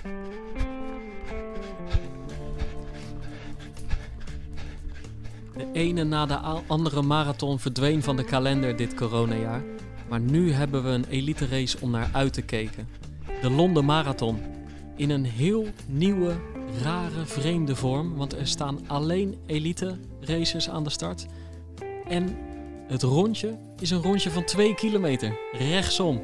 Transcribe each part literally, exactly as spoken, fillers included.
De ene na de andere marathon verdween van de kalender dit coronajaar. Maar nu hebben we een elite race om naar uit te kijken. De Londen Marathon. In een heel nieuwe, rare, vreemde vorm. Want er staan alleen elite races aan de start. En het rondje is een rondje van twee kilometer. Rechtsom.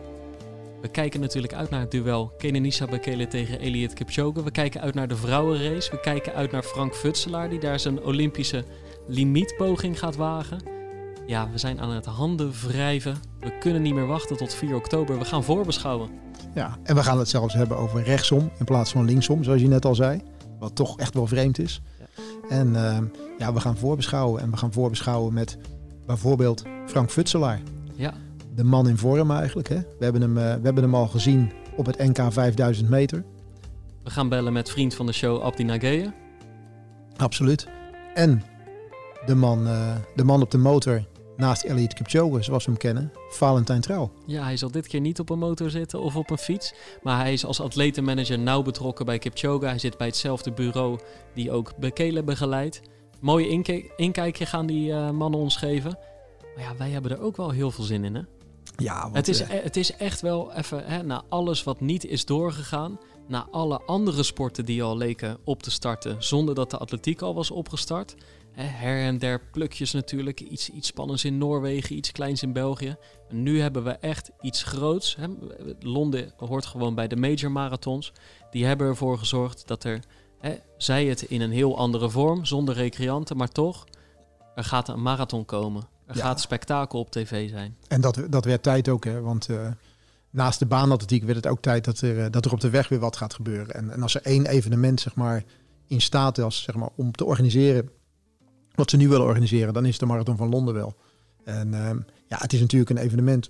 We kijken natuurlijk uit naar het duel Kenenisa Bekele tegen Eliud Kipchoge. We kijken uit naar de vrouwenrace. We kijken uit naar Frank Futselaar die daar zijn Olympische limietpoging gaat wagen. Ja, we zijn aan het handen wrijven. We kunnen niet meer wachten tot vier oktober. We gaan voorbeschouwen. Ja, en we gaan het zelfs hebben over rechtsom in plaats van linksom, zoals je net al zei. Wat toch echt wel vreemd is. Ja. En uh, ja, we gaan voorbeschouwen. En we gaan voorbeschouwen met bijvoorbeeld Frank Futselaar. Ja. De man in vorm eigenlijk. Hè? We, hebben hem, uh, we hebben hem al gezien op het N K vijfduizend meter. We gaan bellen met vriend van de show Abdi Nageye. Absoluut. En de man, uh, de man op de motor naast Eliud Kipchoge, zoals we hem kennen, Valentijn Trouw. Ja, hij zal dit keer niet op een motor zitten of op een fiets. Maar hij is als atletenmanager nauw betrokken bij Kipchoge. Hij zit bij hetzelfde bureau die ook Bekele begeleidt. Mooie inke- inkijkje gaan die uh, mannen ons geven. Maar ja, wij hebben er ook wel heel veel zin in, hè? Ja, wat, het, is, uh... het is echt wel even, hè, na alles wat niet is doorgegaan, na alle andere sporten die al leken op te starten, zonder dat de atletiek al was opgestart. Hè, her en der plukjes natuurlijk, iets, iets spannends in Noorwegen, iets kleins in België. En nu hebben we echt iets groots. Hè. Londen hoort gewoon bij de major marathons. Die hebben ervoor gezorgd dat er, hè, zij het in een heel andere vorm, zonder recreanten, maar toch, er gaat een marathon komen. Er ja. gaat spektakel op tv zijn. En dat, dat werd tijd ook, hè? Want uh, naast de baanatletiek werd het ook tijd dat er, uh, dat er op de weg weer wat gaat gebeuren. En, en als er één evenement zeg maar, in staat is zeg maar, om te organiseren wat ze nu willen organiseren, dan is het de Marathon van Londen wel. En uh, ja, het is natuurlijk een evenement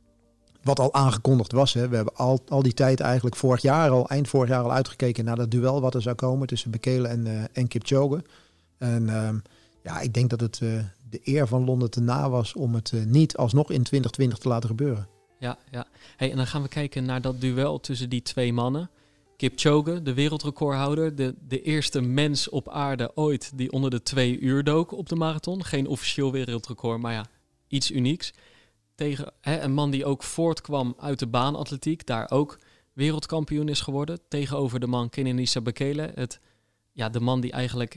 wat al aangekondigd was. Hè? We hebben al, al die tijd eigenlijk vorig jaar al, eind vorig jaar al uitgekeken naar dat duel wat er zou komen tussen Bekele en, uh, en Kipchoge. En uh, ja, ik denk dat het uh, de eer van Londen te na was om het uh, niet alsnog in twintig twintig te laten gebeuren. Ja, ja. Hey, en dan gaan we kijken naar dat duel tussen die twee mannen. Kipchoge, de wereldrecordhouder, de, de eerste mens op aarde ooit die onder de twee uur dook op de marathon. Geen officieel wereldrecord, maar ja, iets unieks. Tegen hè, een man die ook voortkwam uit de baanatletiek, daar ook wereldkampioen is geworden. Tegenover de man Kenenisa Bekele, het, ja, de man die eigenlijk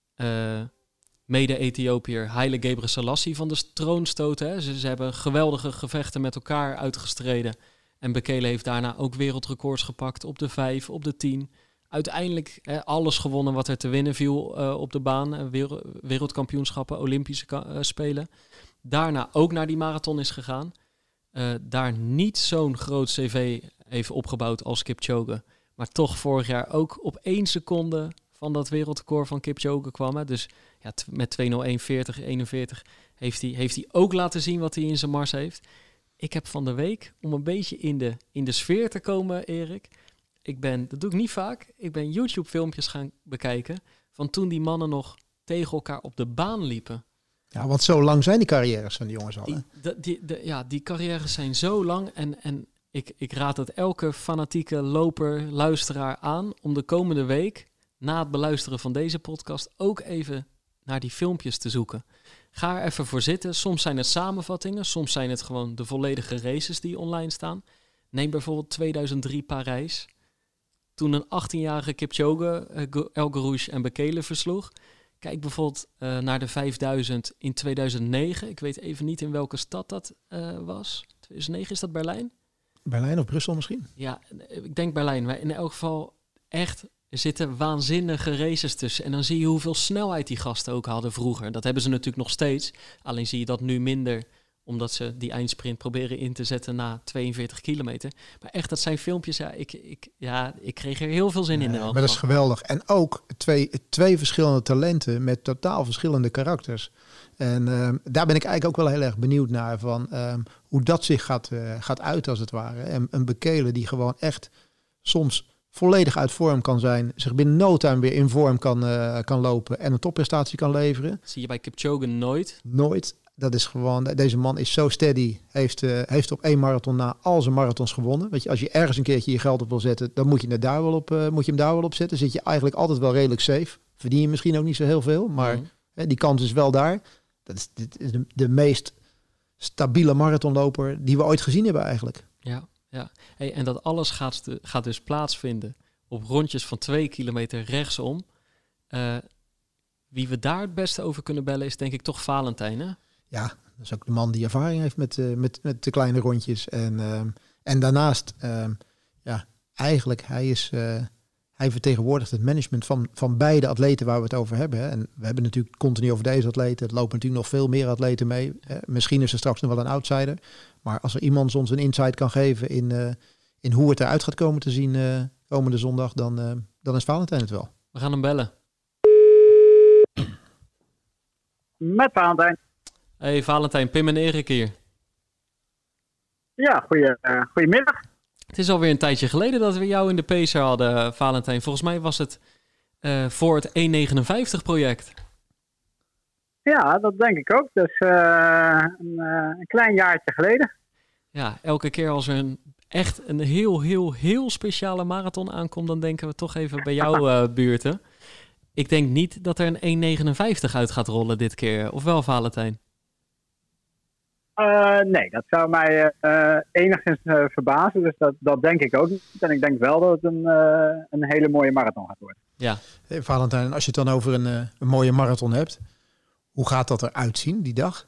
uh, mede-Ethiopiër Haile Gebrselassie van de troon stoten. Hè. Ze, ze hebben geweldige gevechten met elkaar uitgestreden. En Bekele heeft daarna ook wereldrecords gepakt op de vijf, op de tien. Uiteindelijk hè, alles gewonnen wat er te winnen viel uh, op de baan. Uh, wereld, wereldkampioenschappen, Olympische ka- uh, Spelen. Daarna ook naar die marathon is gegaan. Uh, daar niet zo'n groot cv heeft opgebouwd als Kipchoge. Maar toch vorig jaar ook op één seconde van dat wereldrecord van Kipchoge kwam. Hè. Dus ja, t- met twee nul een veertig eenenveertig heeft hij, heeft hij ook laten zien wat hij in zijn mars heeft. Ik heb van de week, om een beetje in de, in de sfeer te komen, Erik. Ik ben, dat doe ik niet vaak, ik ben YouTube-filmpjes gaan bekijken van toen die mannen nog tegen elkaar op de baan liepen. Ja, want zo lang zijn die carrières van die jongens al. Hè? Die, de, die, de, ja, die carrières zijn zo lang en, en ik, ik raad het elke fanatieke loper, luisteraar aan om de komende week, na het beluisteren van deze podcast, ook even naar die filmpjes te zoeken. Ga er even voor zitten. Soms zijn het samenvattingen, soms zijn het gewoon de volledige races die online staan. Neem bijvoorbeeld tweeduizend drie Parijs. Toen een achttienjarige Kipchoge uh, El Guerrouj en Bekele versloeg. Kijk bijvoorbeeld uh, naar de vijfduizend in tweeduizend negen. Ik weet even niet in welke stad dat uh, was. tweeduizend negen, is dat Berlijn? Berlijn of Brussel misschien? Ja, ik denk Berlijn. Maar in elk geval echt, er zitten waanzinnige races tussen. En dan zie je hoeveel snelheid die gasten ook hadden vroeger. Dat hebben ze natuurlijk nog steeds. Alleen zie je dat nu minder, omdat ze die eindsprint proberen in te zetten na tweeënveertig kilometer. Maar echt, dat zijn filmpjes, ja, ik, ik, ja, ik kreeg er heel veel zin in. Ja, maar dat is geweldig. En ook twee, twee verschillende talenten met totaal verschillende karakters. En uh, daar ben ik eigenlijk ook wel heel erg benieuwd naar, van uh, hoe dat zich gaat, uh, gaat uit als het ware. En een Bekele die gewoon echt soms volledig uit vorm kan zijn, zich binnen no time weer in vorm kan, uh, kan lopen en een topprestatie kan leveren. Zie je bij Kipchoge nooit. Nooit. dat is gewoon, deze man is zo steady. Heeft, uh, heeft op één marathon na al zijn marathons gewonnen. Weet je, als je ergens een keertje je geld op wil zetten, dan moet je, er daar wel op, uh, moet je hem daar wel op zetten. Zit je eigenlijk altijd wel redelijk safe. Verdien je misschien ook niet zo heel veel, maar mm. hè, die kans is wel daar. Dat is, dit is de, de meest stabiele marathonloper die we ooit gezien hebben eigenlijk. Ja, ja. Hey, en dat alles gaat, gaat dus plaatsvinden op rondjes van twee kilometer rechtsom. Uh, wie we daar het beste over kunnen bellen is denk ik toch Valentijn, hè? Ja, dat is ook de man die ervaring heeft met, uh, met, met de kleine rondjes. En, uh, en daarnaast, uh, ja, eigenlijk, hij is... Uh, hij vertegenwoordigt het management van, van beide atleten waar we het over hebben. Hè. En we hebben natuurlijk continu over deze atleten. Het lopen natuurlijk nog veel meer atleten mee. Hè. Misschien is er straks nog wel een outsider. Maar als er iemand ons een insight kan geven in, uh, in hoe het eruit gaat komen te zien uh, komende zondag, dan, uh, dan is Valentijn het wel. We gaan hem bellen. Met Valentijn. Hey Valentijn, Pim en Erik hier. Ja, goeie, uh, goedemiddag. Het is alweer een tijdje geleden dat we jou in de pacer hadden, Valentijn. Volgens mij was het uh, voor het één negenenvijftig project. Ja, dat denk ik ook. Dus uh, een, uh, een klein jaartje geleden. Ja, elke keer als er een, echt een heel, heel, heel speciale marathon aankomt, dan denken we toch even bij jouw uh, buurten. Ik denk niet dat er een één negenenvijftig uit gaat rollen dit keer. Of wel, Valentijn? Uh, nee, dat zou mij uh, enigszins uh, verbazen. Dus dat, dat denk ik ook niet. En ik denk wel dat het een, uh, een hele mooie marathon gaat worden. Ja. Hey, Valentijn, als je het dan over een, uh, een mooie marathon hebt, hoe gaat dat eruit zien die dag?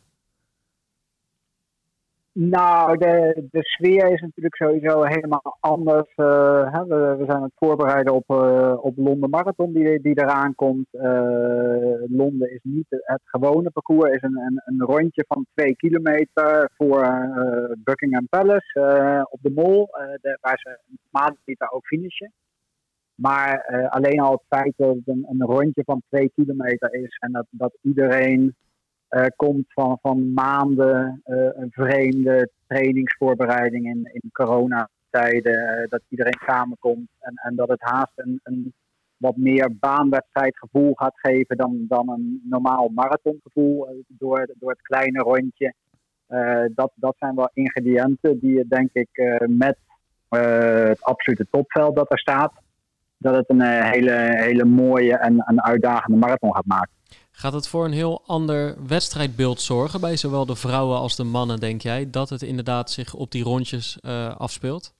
Nou, de, de sfeer is natuurlijk sowieso helemaal anders. Uh, hè, we, we zijn aan het voorbereiden op, uh, op Londen Marathon die, die eraan komt. Uh, Londen is niet het gewone parcours, is een, een, een rondje van twee kilometer voor uh, Buckingham Palace uh, op de Mall, uh, de, waar ze normaal daar ook finishen. Maar uh, alleen al het feit dat het een, een rondje van twee kilometer is en dat, dat iedereen... Uh, komt van, van maanden uh, een vreemde trainingsvoorbereiding in, in coronatijden. Uh, dat iedereen samenkomt en, en dat het haast een, een wat meer baanwedstrijdgevoel gaat geven dan, dan een normaal marathongevoel uh, door, door het kleine rondje. Uh, dat, dat zijn wel ingrediënten die je denk ik uh, met uh, het absolute topveld dat er staat, dat het een uh, hele, hele mooie en een uitdagende marathon gaat maken. Gaat het voor een heel ander wedstrijdbeeld zorgen bij zowel de vrouwen als de mannen, denk jij? Dat het inderdaad zich op die rondjes uh, afspeelt?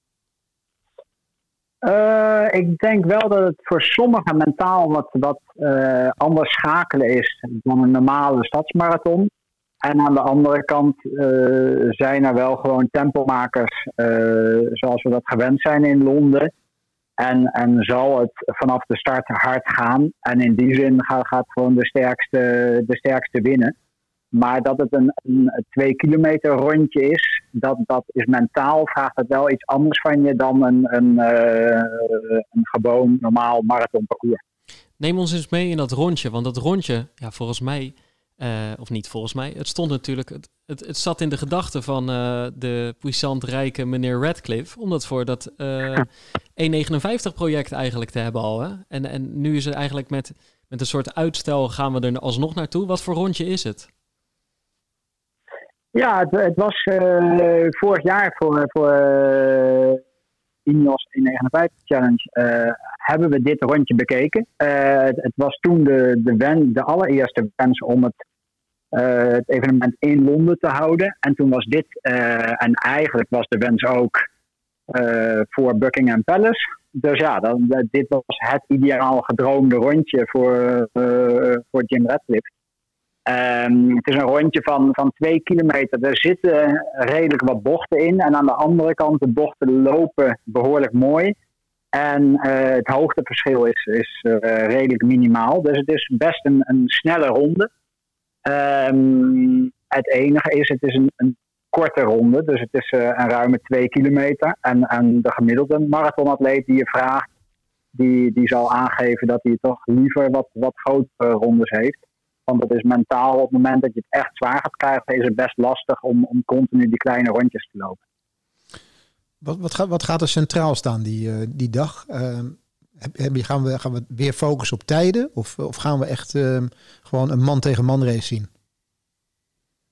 Uh, ik denk wel dat het voor sommigen mentaal wat, wat uh, anders schakelen is dan een normale stadsmarathon. En aan de andere kant uh, zijn er wel gewoon tempomakers uh, zoals we dat gewend zijn in Londen. En, en zal het vanaf de start hard gaan. En in die zin gaat, gaat gewoon de sterkste, de sterkste winnen. Maar dat het een, een twee kilometer rondje is, dat, dat is mentaal, vraagt het wel iets anders van je dan een, een, uh, een gewoon normaal marathonparcours. Neem ons eens mee in dat rondje, want dat rondje, ja, volgens mij, uh, of niet volgens mij, het stond natuurlijk, het, het, het zat in de gedachten van uh, de puissant rijke meneer Radcliffe, om dat voor dat uh, één negenenvijftig project eigenlijk te hebben al. Hè? En, en nu is het eigenlijk met, met een soort uitstel gaan we er alsnog naartoe. Wat voor rondje is het? Ja, het, het was uh, vorig jaar voor, voor uh, Ineos één negenenvijftig Challenge uh, hebben we dit rondje bekeken. Uh, het, het was toen de, de, wen, de allereerste wens om het, uh, het evenement in Londen te houden. En toen was dit, uh, en eigenlijk was de wens ook uh, voor Buckingham Palace. Dus ja, dan, dit was het ideaal gedroomde rondje voor, uh, voor Jim Radcliffe. Um, het is een rondje van, van twee kilometer. Er zitten redelijk wat bochten in. En aan de andere kant, de bochten lopen behoorlijk mooi. En uh, het hoogteverschil is, is uh, redelijk minimaal. Dus het is best een, een snelle ronde. Um, het enige is, het is een, een korte ronde. Dus het is uh, een ruime twee kilometer. En, en de gemiddelde marathonatleet die je vraagt, die, die zal aangeven dat hij toch liever wat, wat grotere rondes heeft. Want dat is mentaal, op het moment dat je het echt zwaar gaat krijgen, is het best lastig om, om continu die kleine rondjes te lopen. Wat, wat, gaat, wat gaat er centraal staan die, uh, die dag? Uh, heb, gaan, we, gaan we weer focussen op tijden? Of, of gaan we echt uh, gewoon een man tegen man race zien?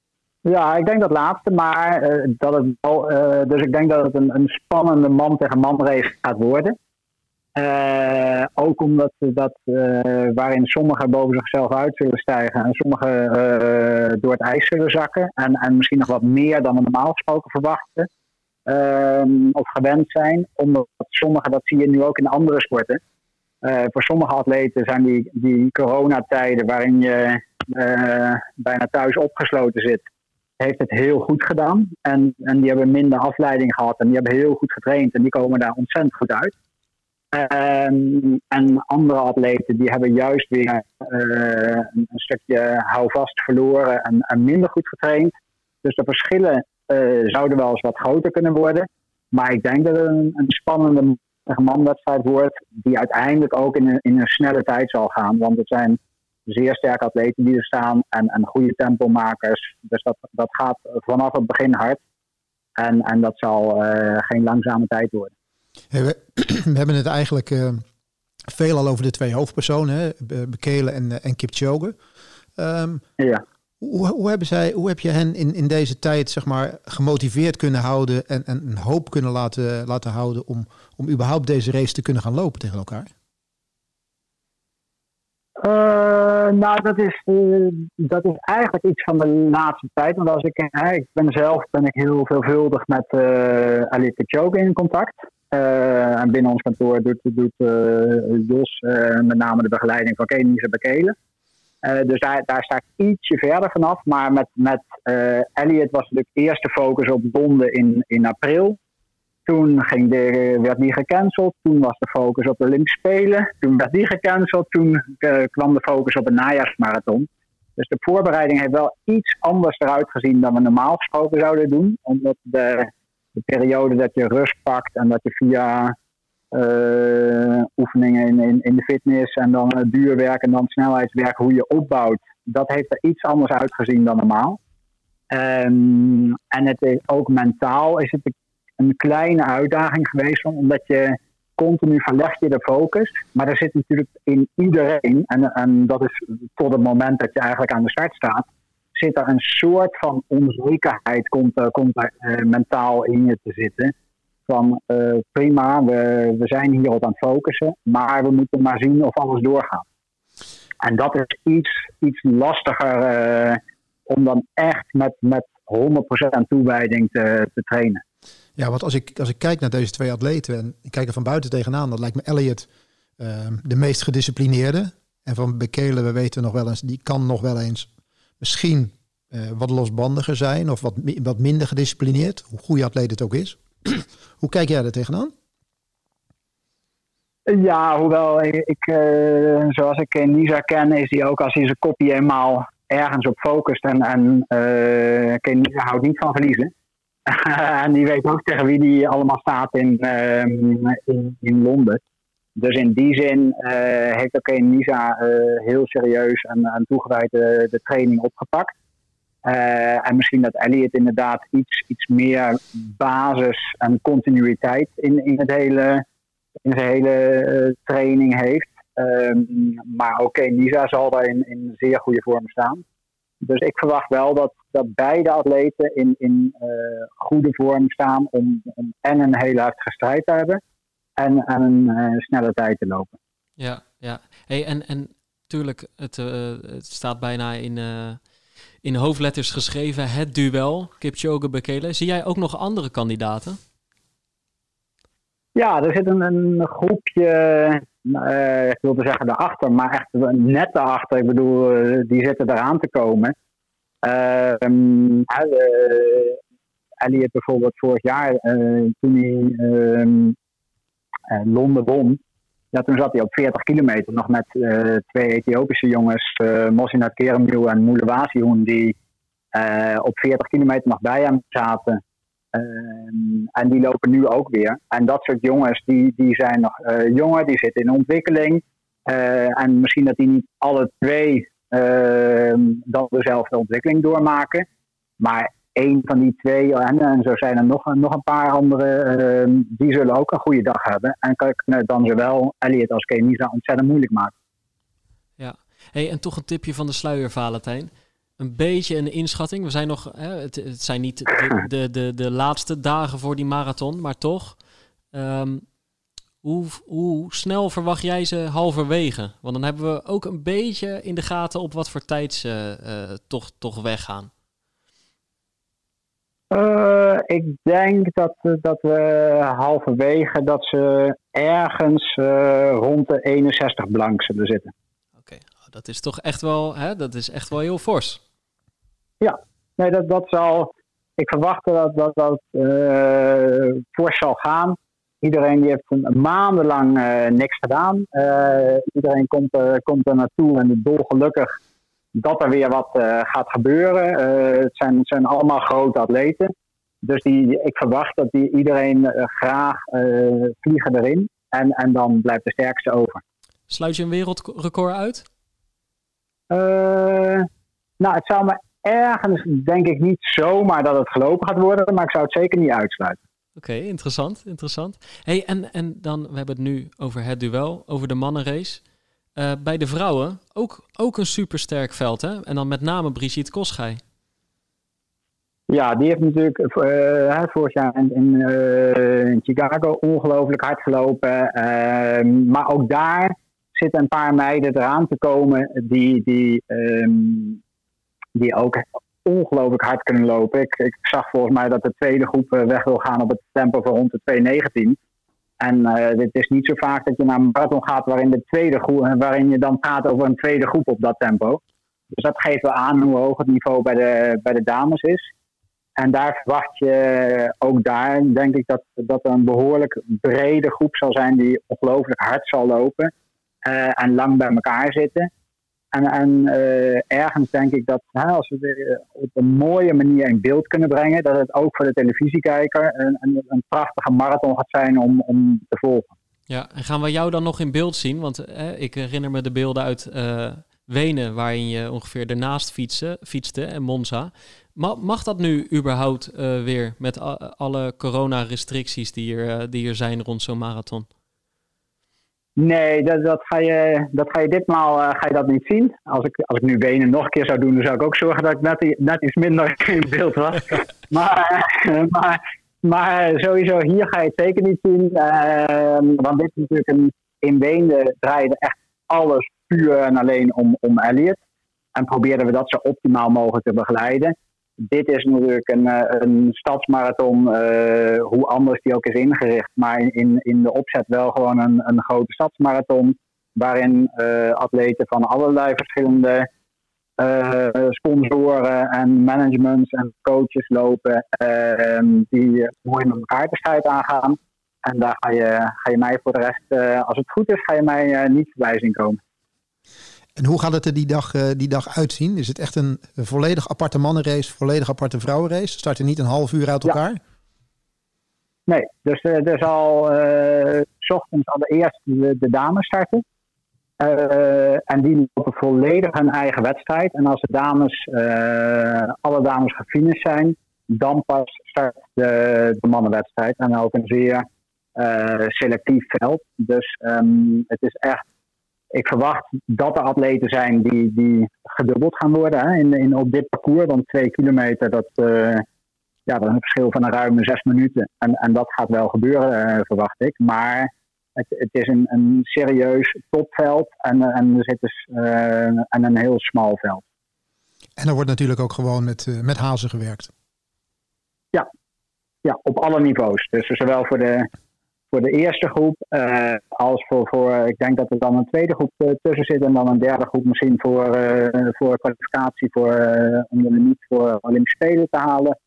Ja, ik denk dat laatste, maar uh, dat het wel, uh, dus ik denk dat het een, een spannende man tegen man race gaat worden. Uh, ook omdat dat uh, waarin sommigen boven zichzelf uit zullen stijgen en sommigen uh, door het ijs zullen zakken en, en misschien nog wat meer dan we normaal gesproken verwachten uh, of gewend zijn. Omdat sommigen, dat zie je nu ook in andere sporten. Uh, voor sommige atleten zijn die, die coronatijden waarin je uh, bijna thuis opgesloten zit, heeft het heel goed gedaan. En, en die hebben minder afleiding gehad en die hebben heel goed getraind en die komen daar ontzettend goed uit. Um, en andere atleten die hebben juist weer uh, een, een stukje houvast verloren en, en minder goed getraind. Dus de verschillen uh, zouden wel eens wat groter kunnen worden. Maar ik denk dat het een, een spannende manwedstrijd wordt die uiteindelijk ook in een, in een snelle tijd zal gaan. Want het zijn zeer sterke atleten die er staan en, en goede tempomakers. Dus dat, dat gaat vanaf het begin hard. En, en dat zal uh, geen langzame tijd worden. Hey, we, we hebben het eigenlijk uh, veel al over de twee hoofdpersonen, hè? Bekele en, en Kipchoge. Um, ja. hoe, hoe, hebben zij, hoe heb je hen in, in deze tijd zeg maar, gemotiveerd kunnen houden en, en een hoop kunnen laten, laten houden om, om überhaupt deze race te kunnen gaan lopen tegen elkaar? Uh, nou, dat is, uh, dat is eigenlijk iets van de laatste tijd. Want als ik, uh, ik ben zelf ben ik heel veelvuldig met uh, Eliud Kipchoge in contact. Uh, en binnen ons kantoor doet, doet uh, Jos uh, met name de begeleiding van Kenenisa Bekele. Uh, dus daar, daar sta ik ietsje verder vanaf. Maar met, met uh, Eliud was natuurlijk eerst de focus op Londen in, in april. Toen ging de, werd die gecanceld. Toen was de focus op de Olympische Spelen. Toen werd die gecanceld. Toen uh, kwam de focus op een najaarsmarathon. Dus de voorbereiding heeft wel iets anders eruit gezien dan we normaal gesproken zouden doen. Omdat de, de periode dat je rust pakt en dat je via uh, oefeningen in, in, in de fitness en dan uh, duurwerk en dan snelheidswerk, hoe je opbouwt, dat heeft er iets anders uitgezien dan normaal. Um, en het is ook mentaal is het een kleine uitdaging geweest, omdat je continu verleg je de focus. Maar er zit natuurlijk in iedereen, en, en dat is tot het moment dat je eigenlijk aan de start staat, zit er een soort van onzekerheid, komt, uh, komt er uh, mentaal in je te zitten. Van uh, prima, we, we zijn hierop aan het focussen, maar we moeten maar zien of alles doorgaat. En dat is iets, iets lastiger uh, om dan echt met, met honderd procent toewijding te, te trainen. Ja, want als ik, als ik kijk naar deze twee atleten en ik kijk er van buiten tegenaan, dan lijkt me Eliud uh, de meest gedisciplineerde. En van Bekele, we weten nog wel eens, die kan nog wel eens misschien uh, wat losbandiger zijn of wat, wat minder gedisciplineerd, hoe goede atleet het ook is. Hoe kijk jij er tegenaan? Ja, hoewel ik, uh, zoals ik Kenenisa ken, is hij ook als hij zijn kopje eenmaal ergens op focust en, en uh, Kenenisa houdt niet van verliezen. En die weet ook tegen wie die allemaal staat in, uh, in, in Londen. Dus in die zin uh, heeft ook Kenenisa uh, heel serieus en, en toegewijd de, de training opgepakt. Uh, en misschien dat Eliud inderdaad iets, iets meer basis en continuïteit in, in, het hele, in zijn hele uh, training heeft. Um, maar ook Kenenisa zal daar in, in zeer goede vorm staan. Dus ik verwacht wel dat, dat beide atleten in, in uh, goede vorm staan om, om en een hele heftige strijd te hebben en, en een uh, snelle tijd te lopen. Ja, ja. Hey, en, en tuurlijk, het, uh, het staat bijna in, uh, in hoofdletters geschreven, het duel Kipchoge-Bekele. Zie jij ook nog andere kandidaten? Ja, er zit een, een groepje, uh, ik wilde zeggen daarachter, maar echt net daarachter. Ik bedoel, uh, die zitten eraan te komen. Uh, um, uh, Eliud bijvoorbeeld vorig jaar, uh, toen hij uh, uh, Londen won, ja, toen zat hij op veertig kilometer nog met uh, twee Ethiopische jongens, uh, Mossinat Kerembiu en Moele Wasioen, die uh, op veertig kilometer nog bij hem zaten. Uh, en die lopen nu ook weer. En dat soort jongens, die, die zijn nog uh, jonger, die zitten in ontwikkeling. Uh, en misschien dat die niet alle twee uh, dan dezelfde ontwikkeling doormaken. Maar één van die twee, en, en zo zijn er nog, nog een paar andere, uh, die zullen ook een goede dag hebben. En kunnen dan zowel Eliud als Kenenisa ontzettend moeilijk maken. Ja, hey, en toch een tipje van de sluier, Valentijn. een beetje een inschatting? We zijn nog, hè, het, het zijn niet de, de, de, de laatste dagen voor die marathon, maar toch. Um, hoe, hoe snel verwacht jij ze halverwege? Want dan hebben we ook een beetje in de gaten op wat voor tijd ze uh, toch, toch weggaan. Uh, ik denk dat, dat we halverwege dat ze ergens uh, rond de eenenzestig blank zullen zitten. Oké, okay. Dat is toch echt wel, hè, dat is echt wel heel fors. Ja, nee, dat, dat zal. Ik verwacht dat dat, dat uh, fors zal gaan. Iedereen die heeft een maandenlang uh, niks gedaan. Uh, iedereen komt, uh, komt er naartoe en is dolgelukkig dat er weer wat uh, gaat gebeuren. Uh, het, zijn, het zijn allemaal grote atleten. Dus die, ik verwacht dat die, iedereen uh, graag uh, vliegen erin. En, en dan blijft de sterkste over. Sluit je een wereldrecord uit? Uh, nou, het zou me ergens, denk ik, niet zomaar dat het gelopen gaat worden. Maar ik zou het zeker niet uitsluiten. Oké, okay, interessant, interessant. Hey, en, en dan, we hebben het nu over het duel, over de mannenrace. Uh, bij de vrouwen ook, ook een supersterk veld, hè? En dan met name Brigitte Kosgei. Ja, die heeft natuurlijk uh, vorig jaar in, in, uh, in Chicago ongelooflijk hard gelopen. Uh, maar ook daar zitten een paar meiden eraan te komen die, die, um, die ook ongelooflijk hard kunnen lopen. Ik, ik zag volgens mij dat de tweede groep weg wil gaan op het tempo van rond de twee negentien. En uh, het is niet zo vaak dat je naar een marathon gaat waarin, de tweede groep, waarin je dan praat over een tweede groep op dat tempo. Dus dat geeft wel aan hoe hoog het niveau bij de, bij de dames is. En daar verwacht je ook daar, denk ik, dat, dat er een behoorlijk brede groep zal zijn die ongelooflijk hard zal lopen. Uh, en lang bij elkaar zitten. En, en uh, ergens denk ik dat hè, als we het op een mooie manier in beeld kunnen brengen, dat het ook voor de televisiekijker een, een, een prachtige marathon gaat zijn om, om te volgen. Ja, en gaan we jou dan nog in beeld zien? Want eh, ik herinner me de beelden uit uh, Wenen, waarin je ongeveer ernaast fietsen, fietste en Monza. Ma- mag dat nu überhaupt uh, weer met a- alle coronarestricties die er, uh, die er zijn rond zo'n marathon? Nee, dat, dat, ga je, dat ga je ditmaal uh, ga je dat niet zien. Als ik, als ik nu Wenen nog een keer zou doen, dan zou ik ook zorgen dat ik net, net iets minder in beeld was. maar, uh, maar, maar sowieso, hier ga je het zeker niet zien. Uh, want dit is natuurlijk een, in Wenen draaide echt alles puur en alleen om, om Elliot. En probeerden we dat zo optimaal mogelijk te begeleiden. Dit is natuurlijk een, een stadsmarathon, uh, hoe anders die ook is ingericht. Maar in, in de opzet wel gewoon een, een grote stadsmarathon. Waarin uh, atleten van allerlei verschillende uh, sponsoren en managements en coaches lopen. Uh, die mooi met elkaar de strijd aangaan. En daar ga je, ga je mij voor de rest, uh, als het goed is, ga je mij uh, niet voorbij zien komen. En hoe gaat het er die dag, uh, die dag uitzien? Is het echt een, een volledig aparte mannenrace, volledig aparte vrouwenrace? Start er niet een half uur uit elkaar? Ja. Nee, dus uh, er zal uh, 's ochtends allereerst de, de dames starten. Uh, en die lopen volledig hun eigen wedstrijd. En als de dames, uh, alle dames gefinished zijn, dan pas start de, de mannenwedstrijd. En ook een zeer uh, selectief veld. Dus um, het is echt. Ik verwacht dat er atleten zijn die, die gedubbeld gaan worden hè, in, in, op dit parcours. Want twee kilometer, dat, uh, ja, dat is een verschil van een ruime zes minuten. En, en dat gaat wel gebeuren, uh, verwacht ik. Maar het, het is een, een serieus topveld en, en er zit dus uh, en een heel smal veld. En er wordt natuurlijk ook gewoon met, uh, met hazen gewerkt. Ja. ja, op alle niveaus. Dus zowel voor de... Voor de eerste groep, uh, als voor, voor, ik denk dat er dan een tweede groep uh, tussen zit en dan een derde groep misschien voor, uh, voor kwalificatie voor, uh, om de limiet voor Olympische Spelen te halen.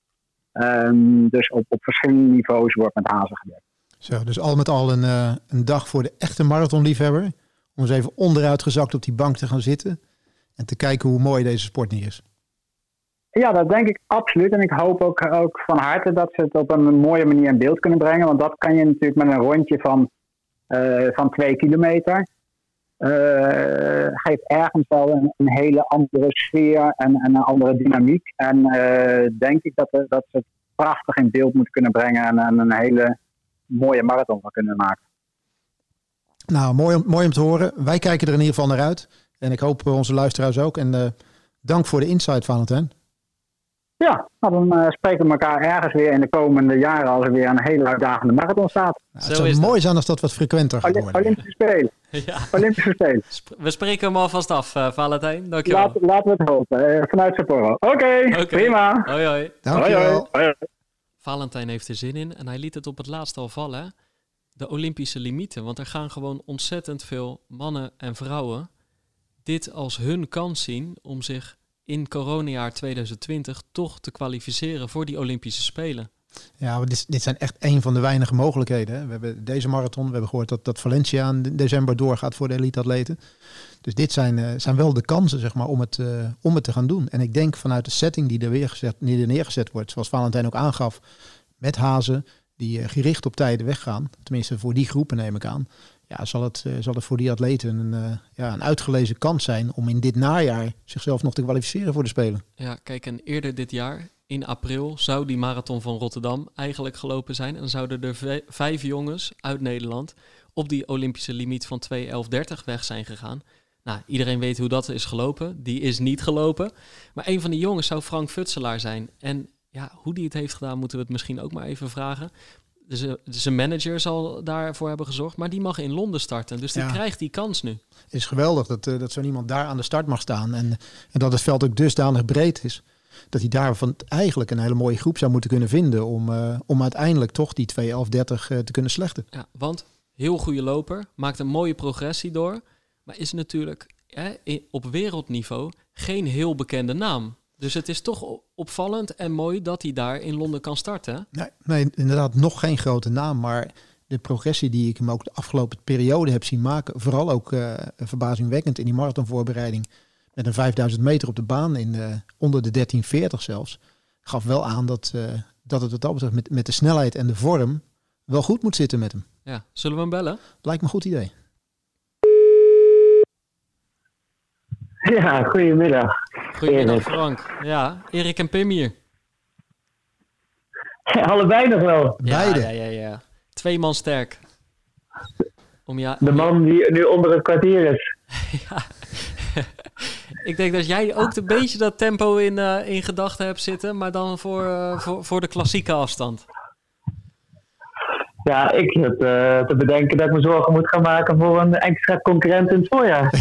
Um, dus op, op verschillende niveaus wordt met hazen gewerkt. Zo, dus al met al een, uh, een dag voor de echte marathonliefhebber. Om eens even onderuitgezakt op die bank te gaan zitten en te kijken hoe mooi deze sport niet is. Ja, dat denk ik absoluut. En ik hoop ook, ook van harte dat ze het op een mooie manier in beeld kunnen brengen. Want dat kan je natuurlijk met een rondje van, uh, van twee kilometer. Uh, geeft ergens wel een, een hele andere sfeer en, en een andere dynamiek. En uh, denk ik dat, dat ze het prachtig in beeld moeten kunnen brengen. En, en een hele mooie marathon van kunnen maken. Nou, mooi, mooi om te horen. Wij kijken er in ieder geval naar uit. En ik hoop onze luisteraars ook. En uh, Dank voor de insight, Valentijn. Ja, nou, dan uh, spreken we elkaar ergens weer in de komende jaren als er weer een hele uitdagende marathon staat. Nou, het zou mooi zijn als dat wat frequenter gaat worden. Olympische Spelen. Ja. Olympische Spelen. We spreken hem alvast af, uh, Valentijn. Dankjewel. Laat, laten we het hopen. Uh, vanuit Sapporo. Oké, okay, okay. Prima. Hoi, hoi. Dankjewel. Hoi, hoi. Hoi. Valentijn heeft er zin in en hij liet het op het laatst al vallen. De Olympische limieten, want er gaan gewoon ontzettend veel mannen en vrouwen dit als hun kans zien om zich in coronajaar twintig twintig toch te kwalificeren voor die Olympische Spelen. Ja, maar dit, dit zijn echt een van de weinige mogelijkheden. Hè. We hebben deze marathon, we hebben gehoord dat, dat Valencia in december doorgaat voor de elite-atleten. Dus dit zijn, uh, zijn wel de kansen, zeg maar, om het, uh, om het te gaan doen. En ik denk vanuit de setting die er, weer gezet, die er neergezet wordt, zoals Valentijn ook aangaf, met hazen die uh, gericht op tijden weggaan, tenminste voor die groepen neem ik aan, ja, zal het, uh, zal het voor die atleten een, uh, ja, een uitgelezen kans zijn om in dit najaar zichzelf nog te kwalificeren voor de Spelen. Ja, kijk, en eerder dit jaar, in april, zou die marathon van Rotterdam eigenlijk gelopen zijn. En dan zouden er v- vijf jongens uit Nederland op die Olympische limiet van twee elf dertig weg zijn gegaan. Nou, iedereen weet hoe dat is gelopen. Die is niet gelopen. Maar een van die jongens zou Frank Futselaar zijn. En ja, hoe die het heeft gedaan, moeten we het misschien ook maar even vragen. Zijn manager zal daarvoor hebben gezorgd, maar die mag in Londen starten. Dus die ja. krijgt die kans nu. Het is geweldig dat, uh, dat zo'n iemand daar aan de start mag staan. En, en dat het veld ook dusdanig breed is, dat hij daarvan eigenlijk een hele mooie groep zou moeten kunnen vinden om, uh, om uiteindelijk toch die twee elf dertig uh, te kunnen slechten. Ja, want heel goede loper, maakt een mooie progressie door, maar is natuurlijk hè, op wereldniveau geen heel bekende naam. Dus het is toch opvallend en mooi dat hij daar in Londen kan starten. Nee, nee, inderdaad nog geen grote naam, maar de progressie die ik hem ook de afgelopen periode heb zien maken, vooral ook uh, verbazingwekkend in die marathonvoorbereiding met een vijfduizend meter op de baan in uh, onder de dertien veertig zelfs, gaf wel aan dat, uh, dat het wat dat betreft met, met de snelheid en de vorm wel goed moet zitten met hem. Ja, zullen we hem bellen? Lijkt me een goed idee. Ja, goedemiddag. Goedemiddag Erik. Frank. Ja, Erik en Pim hier. Ja, allebei nog wel. Beide. Ja, ja, ja, ja. Twee man sterk. Om ja, de man die nu onder het kwartier is. Ja. Ik denk dat jij ook een beetje dat tempo in, uh, in gedachten hebt zitten, maar dan voor, uh, voor, voor de klassieke afstand. Ja, ik heb uh, te bedenken dat ik me zorgen moet gaan maken voor een extra concurrent in het voorjaar.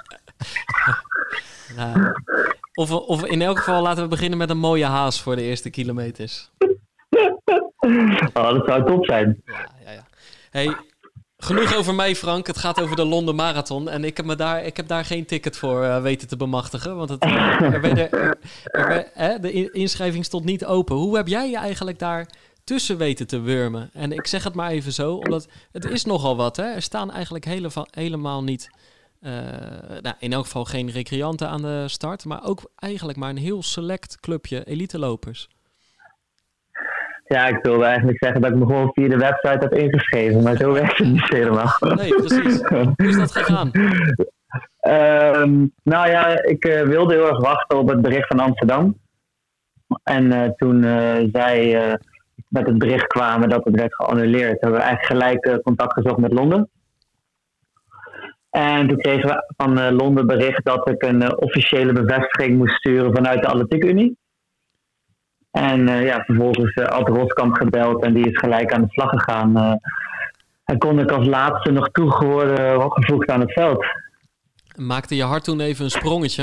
Nou, of, of in elk geval laten we beginnen met een mooie haas voor de eerste kilometers. Oh, dat zou top zijn. Ja, ja, ja. Hey, genoeg over mij, Frank. Het gaat over de Londen Marathon. En ik heb, me daar, ik heb daar geen ticket voor uh, weten te bemachtigen. Want het, er werden, er, er werd, hè, de inschrijving stond niet open. Hoe heb jij je eigenlijk daar tussen weten te wurmen? En ik zeg het maar even zo, omdat het is nogal wat. Hè? Er staan eigenlijk hele, helemaal niet... Uh, nou, in elk geval geen recreanten aan de start, maar ook eigenlijk maar een heel select clubje elitelopers. Ja, ik wilde eigenlijk zeggen dat ik me gewoon via de website heb ingeschreven, maar zo werkt het niet helemaal. Nee, precies. Hoe is dat gegaan? Um, nou ja, ik uh, wilde heel erg wachten op het bericht van Amsterdam. En uh, toen uh, zij uh, met het bericht kwamen dat het werd geannuleerd, hebben we eigenlijk gelijk uh, contact gezocht met Londen. En toen kregen we van uh, Londen bericht dat ik een uh, officiële bevestiging moest sturen vanuit de Atletiek Unie. En uh, ja, vervolgens uh, Ad Roskamp gebeld en die is gelijk aan de slag gegaan. Uh, en kon ik als laatste nog toegevoegd gevoegd aan het veld. Maakte je hart toen even een sprongetje?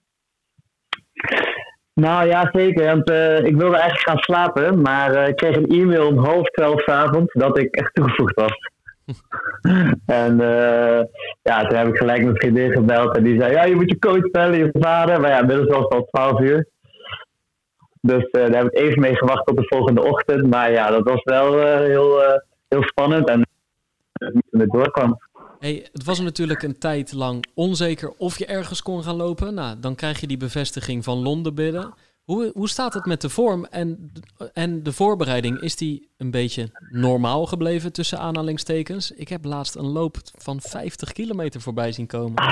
Nou ja, zeker. Want uh, ik wilde eigenlijk gaan slapen, maar uh, ik kreeg een e-mail om half twaalf 's avonds dat ik echt toegevoegd was. En uh, ja, toen heb ik gelijk mijn vriendin gebeld en die zei, ja, je moet je coach bellen, je vader. Maar ja, inmiddels was het al twaalf uur. Dus uh, daar heb ik even mee gewacht tot de volgende ochtend. Maar ja, dat was wel uh, heel, uh, heel spannend en niet toen het doorkwam. Hey, het was natuurlijk een tijd lang onzeker of je ergens kon gaan lopen. Nou, dan krijg je die bevestiging van Londen binnen. Hoe, hoe staat het met de vorm en, en de voorbereiding? Is die een beetje normaal gebleven tussen aanhalingstekens? Ik heb laatst een loop van vijftig kilometer voorbij zien komen.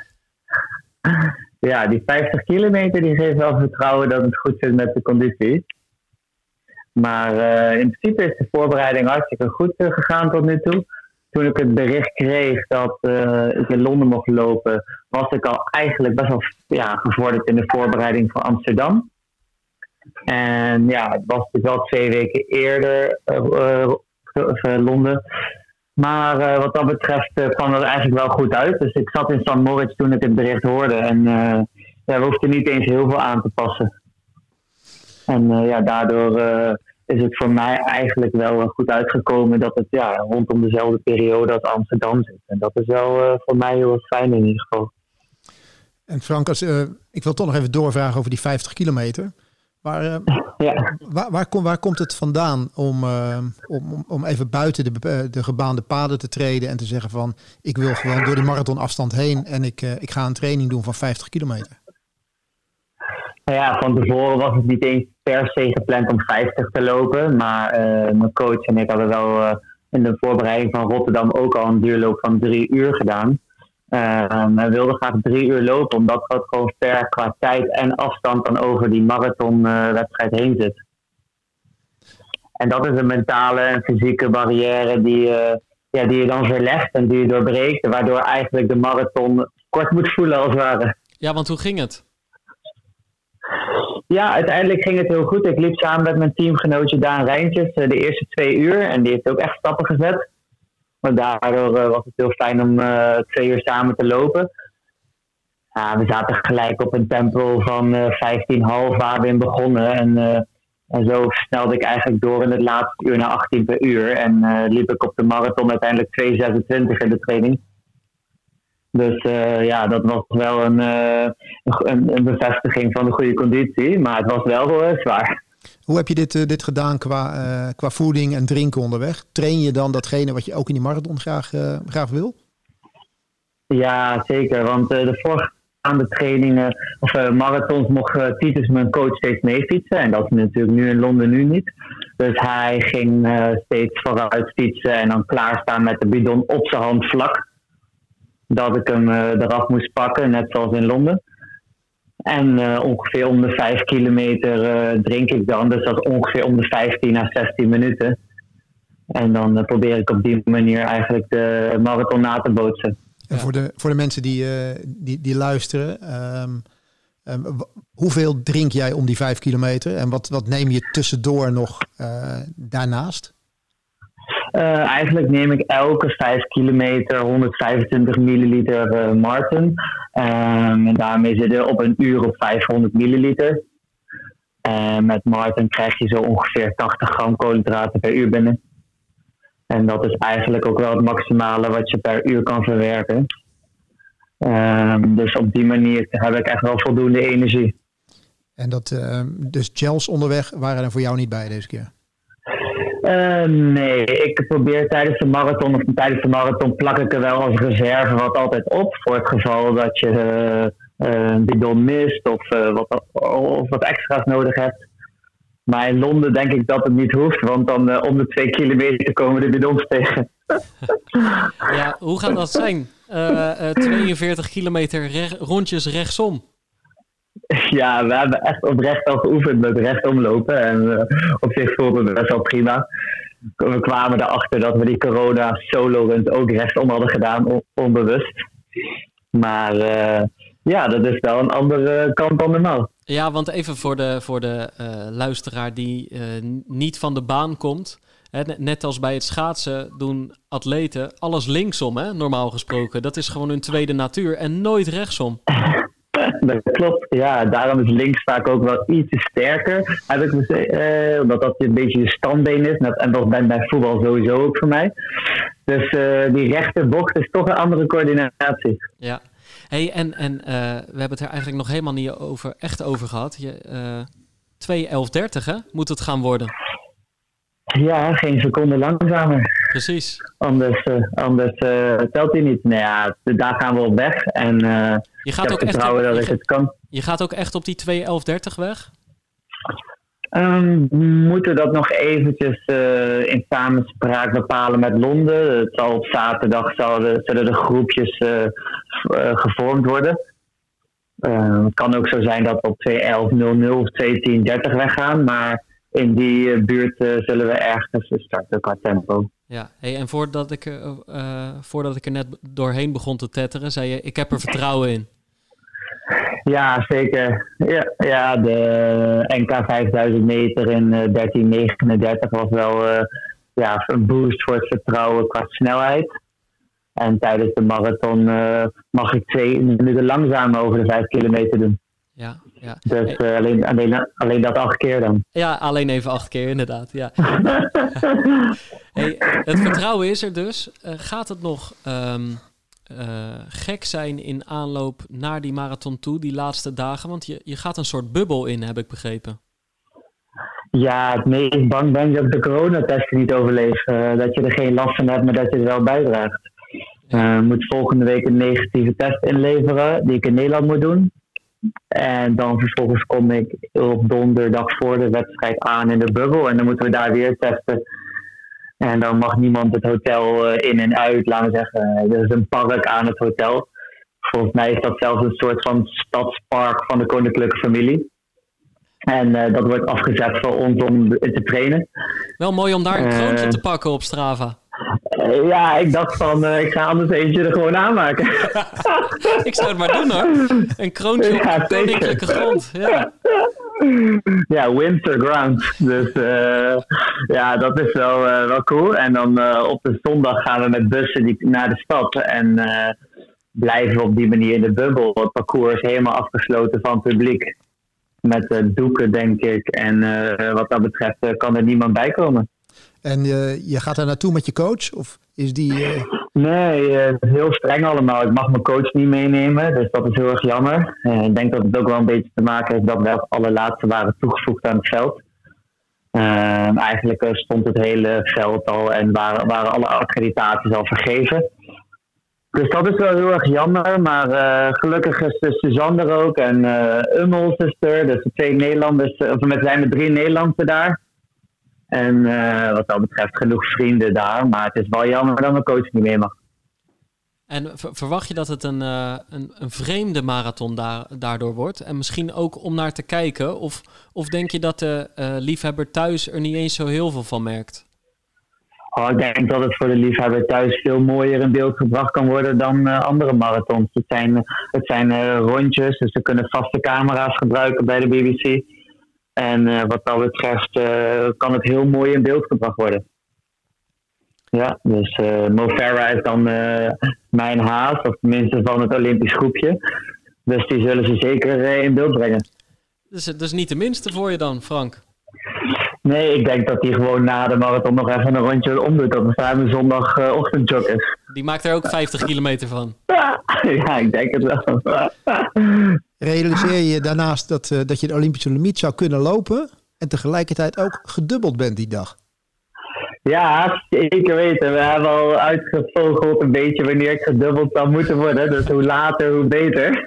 Ja, die vijftig kilometer die geeft wel vertrouwen dat het goed zit met de conditie. Maar uh, in principe is de voorbereiding hartstikke goed uh, gegaan tot nu toe. toen ik het bericht kreeg dat uh, ik in Londen mocht lopen, was ik al eigenlijk best wel ja, gevorderd in de voorbereiding voor Amsterdam. En ja, het was natuurlijk wel twee weken eerder uh, uh, Londen. Maar uh, wat dat betreft uh, kwam het eigenlijk wel goed uit. Dus ik zat in Sankt Moritz toen ik het bericht hoorde. En uh, ja, we hoefden niet eens heel veel aan te passen. En uh, ja, daardoor uh, is het voor mij eigenlijk wel goed uitgekomen dat het ja, rondom dezelfde periode als Amsterdam zit. En dat is wel uh, voor mij heel fijn in ieder geval. En Frank, als, uh, ik wil toch nog even doorvragen over die vijftig kilometer. Waar, uh, ja. waar, waar, kom, waar komt het vandaan om, uh, om, om even buiten de, de gebaande paden te treden en te zeggen van ik wil gewoon door die marathonafstand heen en ik, uh, ik ga een training doen van vijftig kilometer? Nou ja, van tevoren was het niet eens per se gepland om vijftig te lopen. Maar uh, mijn coach en ik hadden wel uh, in de voorbereiding van Rotterdam ook al een duurloop van drie uur gedaan. Uh, we wilden graag drie uur lopen, omdat dat gewoon ver qua tijd en afstand dan over die marathonwedstrijd uh, heen zit. En dat is een mentale en fysieke barrière die, uh, ja, die je dan verlegt en die je doorbreekt. Waardoor eigenlijk de marathon kort moet voelen als het ware. Ja, want hoe ging het? Ja, uiteindelijk ging het heel goed. Ik liep samen met mijn teamgenootje Daan Rijntjes uh, de eerste twee uur. En die heeft ook echt stappen gezet. Maar daardoor uh, was het heel fijn om uh, twee uur samen te lopen. Ja, we zaten gelijk op een tempo van uh, vijftien komma vijf waar we in begonnen. En, uh, en zo snelde ik eigenlijk door in het laatste uur naar achttien per uur. En uh, liep ik op de marathon uiteindelijk twee zesentwintig in de training. Dus uh, ja, dat was wel een, uh, een, een bevestiging van de goede conditie. Maar het was wel uh, zwaar. Hoe heb je dit, uh, dit gedaan qua, uh, qua voeding en drinken onderweg? Train je dan datgene wat je ook in die marathon graag, uh, graag wil? Ja, zeker. Want uh, de voorgaande trainingen of uh, marathons mocht uh, Titus, mijn coach, steeds mee fietsen. En dat is natuurlijk nu in Londen nu niet. Dus hij ging uh, steeds vooruit fietsen en dan klaarstaan met de bidon op zijn hand vlak. Dat ik hem uh, eraf moest pakken, net zoals in Londen. En uh, ongeveer om de vijf kilometer uh, drink ik dan. Dus dat is ongeveer om de vijftien à zestien minuten. En dan uh, probeer ik op die manier eigenlijk de marathon na te bootsen. En voor de, voor de mensen die, uh, die, die luisteren, um, um, w- hoeveel drink jij om die vijf kilometer? En wat, wat neem je tussendoor nog uh, daarnaast? Uh, eigenlijk neem ik elke vijf kilometer honderdvijfentwintig milliliter uh, Marten. Um, en daarmee zitten we op een uur op vijfhonderd milliliter. Uh, met Marten krijg je zo ongeveer tachtig gram koolhydraten per uur binnen. En dat is eigenlijk ook wel het maximale wat je per uur kan verwerken. Um, dus op die manier heb ik echt wel voldoende energie. En dat, uh, dus gels onderweg waren er voor jou niet bij deze keer? Uh, nee, ik probeer tijdens de marathon of tijdens de marathon plak ik er wel als reserve wat altijd op. Voor het geval dat je uh, uh, een bidon mist of, uh, wat, of wat extra's nodig hebt. Maar in Londen denk ik dat het niet hoeft, want dan uh, om de twee kilometer komen de bidons tegen. Ja, hoe gaat dat zijn? Uh, uh, tweeënveertig kilometer re- rondjes rechtsom. Ja, we hebben echt oprecht al geoefend met rechtomlopen. En uh, op zich voelde het best wel prima. We kwamen erachter dat we die corona solo runs ook rechtsom hadden gedaan, on- onbewust. Maar uh, ja, dat is wel een andere kant dan normaal. Ja, want even voor de, voor de uh, luisteraar die uh, niet van de baan komt. Hè, net als bij het schaatsen doen atleten alles linksom, hè, normaal gesproken. Dat is gewoon hun tweede natuur en nooit rechtsom. Dat klopt, ja. Daarom is links vaak ook wel iets sterker. Heb ik uh, omdat dat een beetje je standbeen is. En dat is bij voetbal sowieso ook voor mij. Dus uh, die rechterbocht is toch een andere coördinatie. Ja. Hey, en en uh, we hebben het er eigenlijk nog helemaal niet over, echt over gehad. Je, uh, twee elf dertig, hè? Moet het gaan worden? Ja, geen seconde langzamer. Precies. Anders, uh, anders uh, telt hij niet. Nou ja, daar gaan we op weg. En uh, je gaat ik ook heb echt vertrouwen op, dat je, ik het kan. Je gaat ook echt op die twee elf dertig weg? Um, we moeten dat nog eventjes uh, in samenspraak bepalen met Londen. Het zal op zaterdag zullen, zullen de groepjes uh, uh, gevormd worden. Uh, het kan ook zo zijn dat we op twee elf nul nul of twee tien dertig weggaan. Maar in die uh, buurt uh, zullen we ergens starten qua tempo. Ja, hey, en voordat ik, uh, uh, voordat ik er net doorheen begon te tetteren, zei je, ik heb er vertrouwen in. Ja, zeker. Ja, ja de N K vijfduizend meter in uh, dertien negenendertig was wel uh, ja, een boost voor het vertrouwen qua snelheid. En tijdens de marathon uh, mag ik twee minuten langzamer over de vijf kilometer doen. Ja, ja. Dus uh, alleen, alleen, alleen dat acht keer dan. Ja, alleen even acht keer inderdaad. Ja. Hey, het vertrouwen is er dus. Uh, gaat het nog um, uh, gek zijn in aanloop naar die marathon toe, die laatste dagen? Want je, je gaat een soort bubbel in, heb ik begrepen. Ja, het meest bang ben je dat de coronatest niet overleeft. Uh, dat je er geen last van hebt, maar dat je er wel bijdraagt. Ik uh, moet volgende week een negatieve test inleveren, die ik in Nederland moet doen. En dan vervolgens kom ik op donderdag voor de wedstrijd aan in de bubbel. En dan moeten we daar weer testen. En dan mag niemand het hotel in en uit, laten we zeggen. Er is een park aan het hotel. Volgens mij is dat zelfs een soort van stadspark van de koninklijke familie. En uh, dat wordt afgezet voor ons om te trainen. Wel mooi om daar een kroontje uh, te pakken op Strava. Uh, ja, ik dacht van, uh, ik ga anders eentje er gewoon aanmaken. Ik zou het maar doen hoor. Een kroontje op ja, koninklijke grond. Ja. Ja, winter ground. Dus uh, ja, dat is wel, uh, wel cool. En dan uh, op de zondag gaan we met bussen die, naar de stad. En uh, blijven we op die manier in de bubbel. Het parcours is helemaal afgesloten van het publiek. Met uh, doeken, denk ik. En uh, wat dat betreft uh, kan er niemand bij komen. En uh, je gaat daar naartoe met je coach? Of is die... Uh... Nee, uh, het is heel streng allemaal. Ik mag mijn coach niet meenemen. Dus dat is heel erg jammer. Uh, ik denk dat het ook wel een beetje te maken heeft dat we als allerlaatste waren toegevoegd aan het veld. Uh, eigenlijk uh, stond het hele veld al en waren, waren alle accreditaties al vergeven. Dus dat is wel heel erg jammer, maar uh, gelukkig is uh, Suzanne er ook en uh, Ummels is er, dus de twee Nederlanders, of we zijn met drie Nederlanders daar. En uh, wat dat betreft genoeg vrienden daar, maar het is wel jammer dat mijn coach niet mee mag. En ver- verwacht je dat het een, uh, een, een vreemde marathon da- daardoor wordt? En misschien ook om naar te kijken? Of, of denk je dat de uh, liefhebber thuis er niet eens zo heel veel van merkt? Oh, ik denk dat het voor de liefhebber thuis veel mooier in beeld gebracht kan worden dan uh, andere marathons. Het zijn, het zijn uh, rondjes, dus ze kunnen vaste camera's gebruiken bij de B B C. En uh, wat dat betreft uh, kan het heel mooi in beeld gebracht worden. Ja, dus uh, Mo Farah is dan uh, mijn haas, of tenminste van het Olympisch groepje. Dus die zullen ze zeker uh, in beeld brengen. Dus dat is niet de minste voor je dan, Frank? Nee, ik denk dat hij gewoon na de marathon nog even een rondje omdoet. Dat het samen zondagochtendjog uh, is. Die maakt er ook vijftig kilometer van. Ja, ik denk het wel. Realiseer je daarnaast dat, uh, dat je de Olympische limiet zou kunnen lopen en tegelijkertijd ook gedubbeld bent die dag? Ja, zeker weten. We hebben al uitgevogeld een beetje wanneer ik gedubbeld zou moeten worden. Dus hoe later, hoe beter.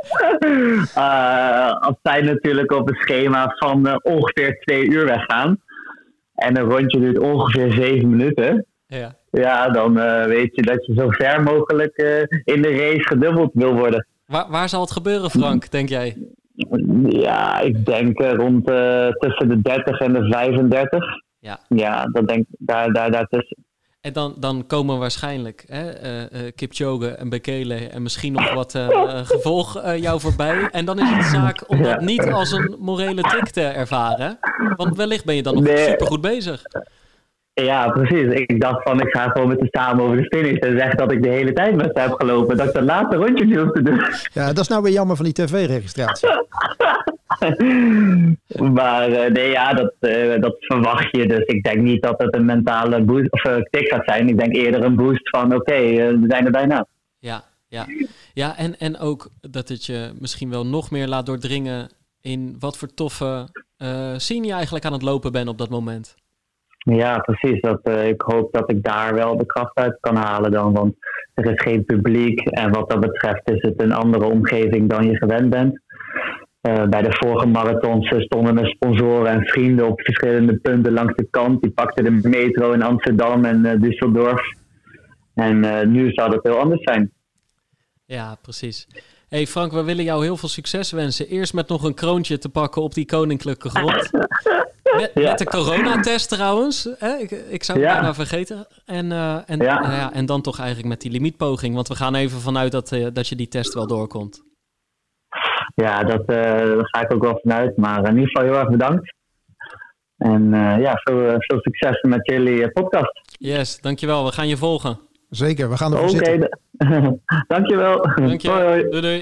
uh, als zij natuurlijk op een schema van uh, ongeveer twee uur weggaan. En een rondje duurt ongeveer zeven minuten. Ja, ja dan uh, weet je dat je zo ver mogelijk uh, in de race gedubbeld wil worden. Waar, waar zal het gebeuren, Frank, denk jij? Ja, ik denk uh, rond uh, tussen de dertig en de vijfendertig. Ja, ja dat denk ik daar, daar, daar tussen. En dan, dan komen waarschijnlijk hè, uh, uh, Kipchoge en Bekele en misschien nog wat uh, uh, gevolg uh, jou voorbij. En dan is het zaak om dat ja. niet als een morele tik te ervaren. Want wellicht ben je dan nog nee. supergoed bezig. Ja, precies. Ik dacht van, ik ga gewoon met ze samen over de finish en zeg dat ik de hele tijd met ze heb gelopen. Dat ik dat laatste rondje niet hoef te doen. Ja, dat is nou weer jammer van die tv-registratie. Maar uh, nee, ja, dat, uh, dat verwacht je. Dus ik denk niet dat het een mentale boost of uh, tik gaat zijn. Ik denk eerder een boost van, oké, okay, uh, we zijn er bijna. Ja, ja. ja en, en ook dat het je misschien wel nog meer laat doordringen in wat voor toffe uh, scene je eigenlijk aan het lopen bent op dat moment. Ja, precies. Dat, uh, ik hoop dat ik daar wel de kracht uit kan halen dan. Want er is geen publiek. En wat dat betreft is het een andere omgeving dan je gewend bent. Uh, bij de vorige marathons stonden er sponsoren en vrienden op verschillende punten langs de kant. Die pakten de metro in Amsterdam en uh, Düsseldorf. En uh, nu zou dat heel anders zijn. Ja, precies. Hey Frank, we willen jou heel veel succes wensen. Eerst met nog een kroontje te pakken op die koninklijke grond. Met, ja. met de coronatest trouwens. Hè? Ik, ik zou het ja. bijna vergeten. En, uh, en, ja. Uh, ja, en dan toch eigenlijk met die limietpoging. Want we gaan even vanuit dat, uh, dat je die test wel doorkomt. Ja, dat, uh, daar ga ik ook wel vanuit. Maar in ieder geval heel erg bedankt. En uh, ja, veel, veel succes met jullie uh, podcast. Yes, dankjewel. We gaan je volgen. Zeker, we gaan ervoor okay, zitten. Oké, dankjewel. Dankjewel. Hoi, hoi. Doei, doei.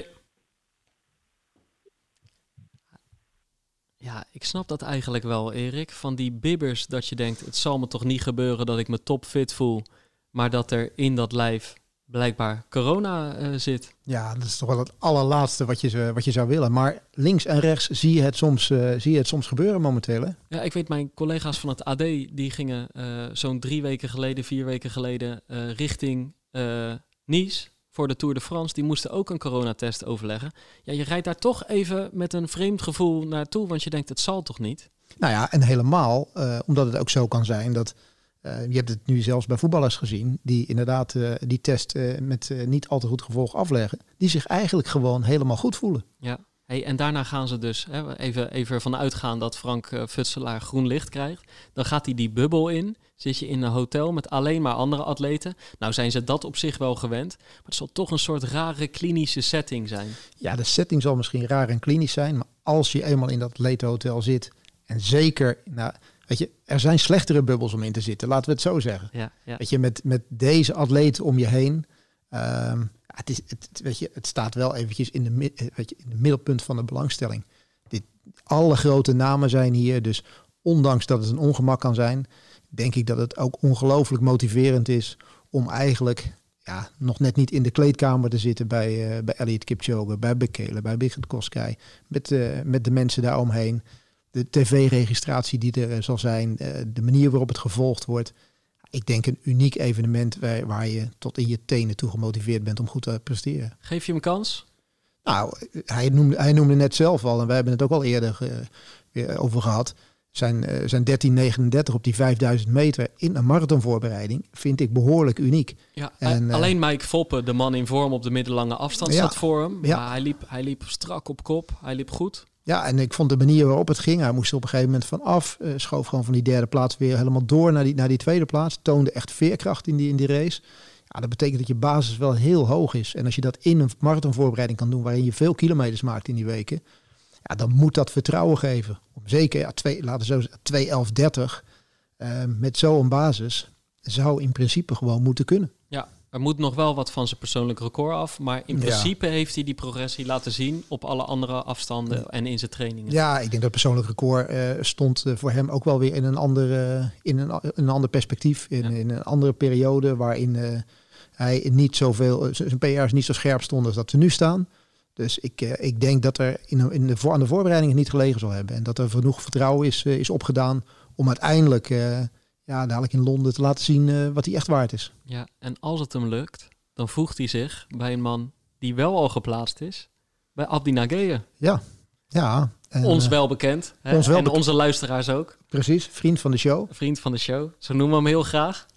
Ja, ik snap dat eigenlijk wel, Erik. Van die bibbers dat je denkt, het zal me toch niet gebeuren dat ik me topfit voel. Maar dat er in dat lijf blijkbaar corona uh, zit. Ja, dat is toch wel het allerlaatste wat je, wat je zou willen. Maar links en rechts zie je het soms, uh, zie je het soms gebeuren momenteel. Hè? Ja, ik weet, mijn collega's van het A D, die gingen uh, zo'n drie weken geleden, vier weken geleden uh, richting uh, Nice voor de Tour de France. Die moesten ook een coronatest overleggen. Ja, je rijdt daar toch even met een vreemd gevoel naartoe, want je denkt, het zal toch niet? Nou ja, en helemaal, uh, omdat het ook zo kan zijn dat... Uh, je hebt het nu zelfs bij voetballers gezien, die inderdaad uh, die test uh, met uh, niet al te goed gevolg afleggen, die zich eigenlijk gewoon helemaal goed voelen. Ja, hey, en daarna gaan ze dus, hè, even, even ervan uitgaan dat Frank uh, Futselaar groen licht krijgt. Dan gaat hij die bubbel in, zit je in een hotel met alleen maar andere atleten. Nou zijn ze dat op zich wel gewend, maar het zal toch een soort rare klinische setting zijn. Ja, de setting zal misschien raar en klinisch zijn, maar als je eenmaal in dat atletenhotel zit, en zeker... Nou, weet je, er zijn slechtere bubbels om in te zitten, laten we het zo zeggen. Ja, ja. Weet je, met, met deze atleten om je heen, um, het, is, het, weet je, het staat wel eventjes in de, weet je, in het middelpunt van de belangstelling. Dit, alle grote namen zijn hier, dus ondanks dat het een ongemak kan zijn, denk ik dat het ook ongelooflijk motiverend is om eigenlijk ja, nog net niet in de kleedkamer te zitten bij, uh, bij Eliud Kipchoge, bij Bekele, bij Brigid Kosgei, met, uh, met de mensen daaromheen. De tv-registratie die er zal zijn, de manier waarop het gevolgd wordt. Ik denk een uniek evenement waar, waar je tot in je tenen toe gemotiveerd bent om goed te presteren. Geef je hem kans? Nou, hij noemde, hij noemde net zelf al, en wij hebben het ook al eerder uh, weer over gehad. Zijn, uh, zijn dertien negenendertig op die vijfduizend meter in een marathonvoorbereiding vind ik behoorlijk uniek. Ja, en, uh, alleen Mike Voppe, de man in vorm op de middellange afstand, ja, zat voor hem. Ja. Maar hij liep, hij liep strak op kop, hij liep goed. Ja, en ik vond de manier waarop het ging. Hij moest er op een gegeven moment vanaf. Uh, schoof gewoon van die derde plaats weer helemaal door naar die, naar die tweede plaats. Toonde echt veerkracht in die, in die race. Ja, dat betekent dat je basis wel heel hoog is. En als je dat in een marathonvoorbereiding kan doen, waarin je veel kilometers maakt in die weken, ja, dan moet dat vertrouwen geven. Om zeker, ja, twee, laten we zo zeggen, twee elf dertig uh, met zo'n basis zou in principe gewoon moeten kunnen. Ja. Er moet nog wel wat van zijn persoonlijk record af. Maar in principe ja. heeft hij die progressie laten zien op alle andere afstanden ja. en in zijn trainingen. Ja, ik denk dat persoonlijk record uh, stond uh, voor hem ook wel weer in een ander, uh, in een, een ander perspectief. In, ja. in een andere periode waarin uh, hij niet zoveel, uh, zijn P R's niet zo scherp stonden als dat ze nu staan. Dus ik, uh, ik denk dat er in, in de, aan de voorbereidingen niet gelegen zal hebben. En dat er genoeg vertrouwen is, uh, is opgedaan om uiteindelijk... Uh, Ja, dadelijk in Londen te laten zien uh, wat hij echt waard is. Ja, en als het hem lukt, dan voegt hij zich bij een man die wel al geplaatst is, bij Abdi Nageye. Ja, ja. En, ons wel bekend. Hè? Ons wel en bek- onze luisteraars ook. Precies, vriend van de show. Vriend van de show, zo noemen we hem heel graag.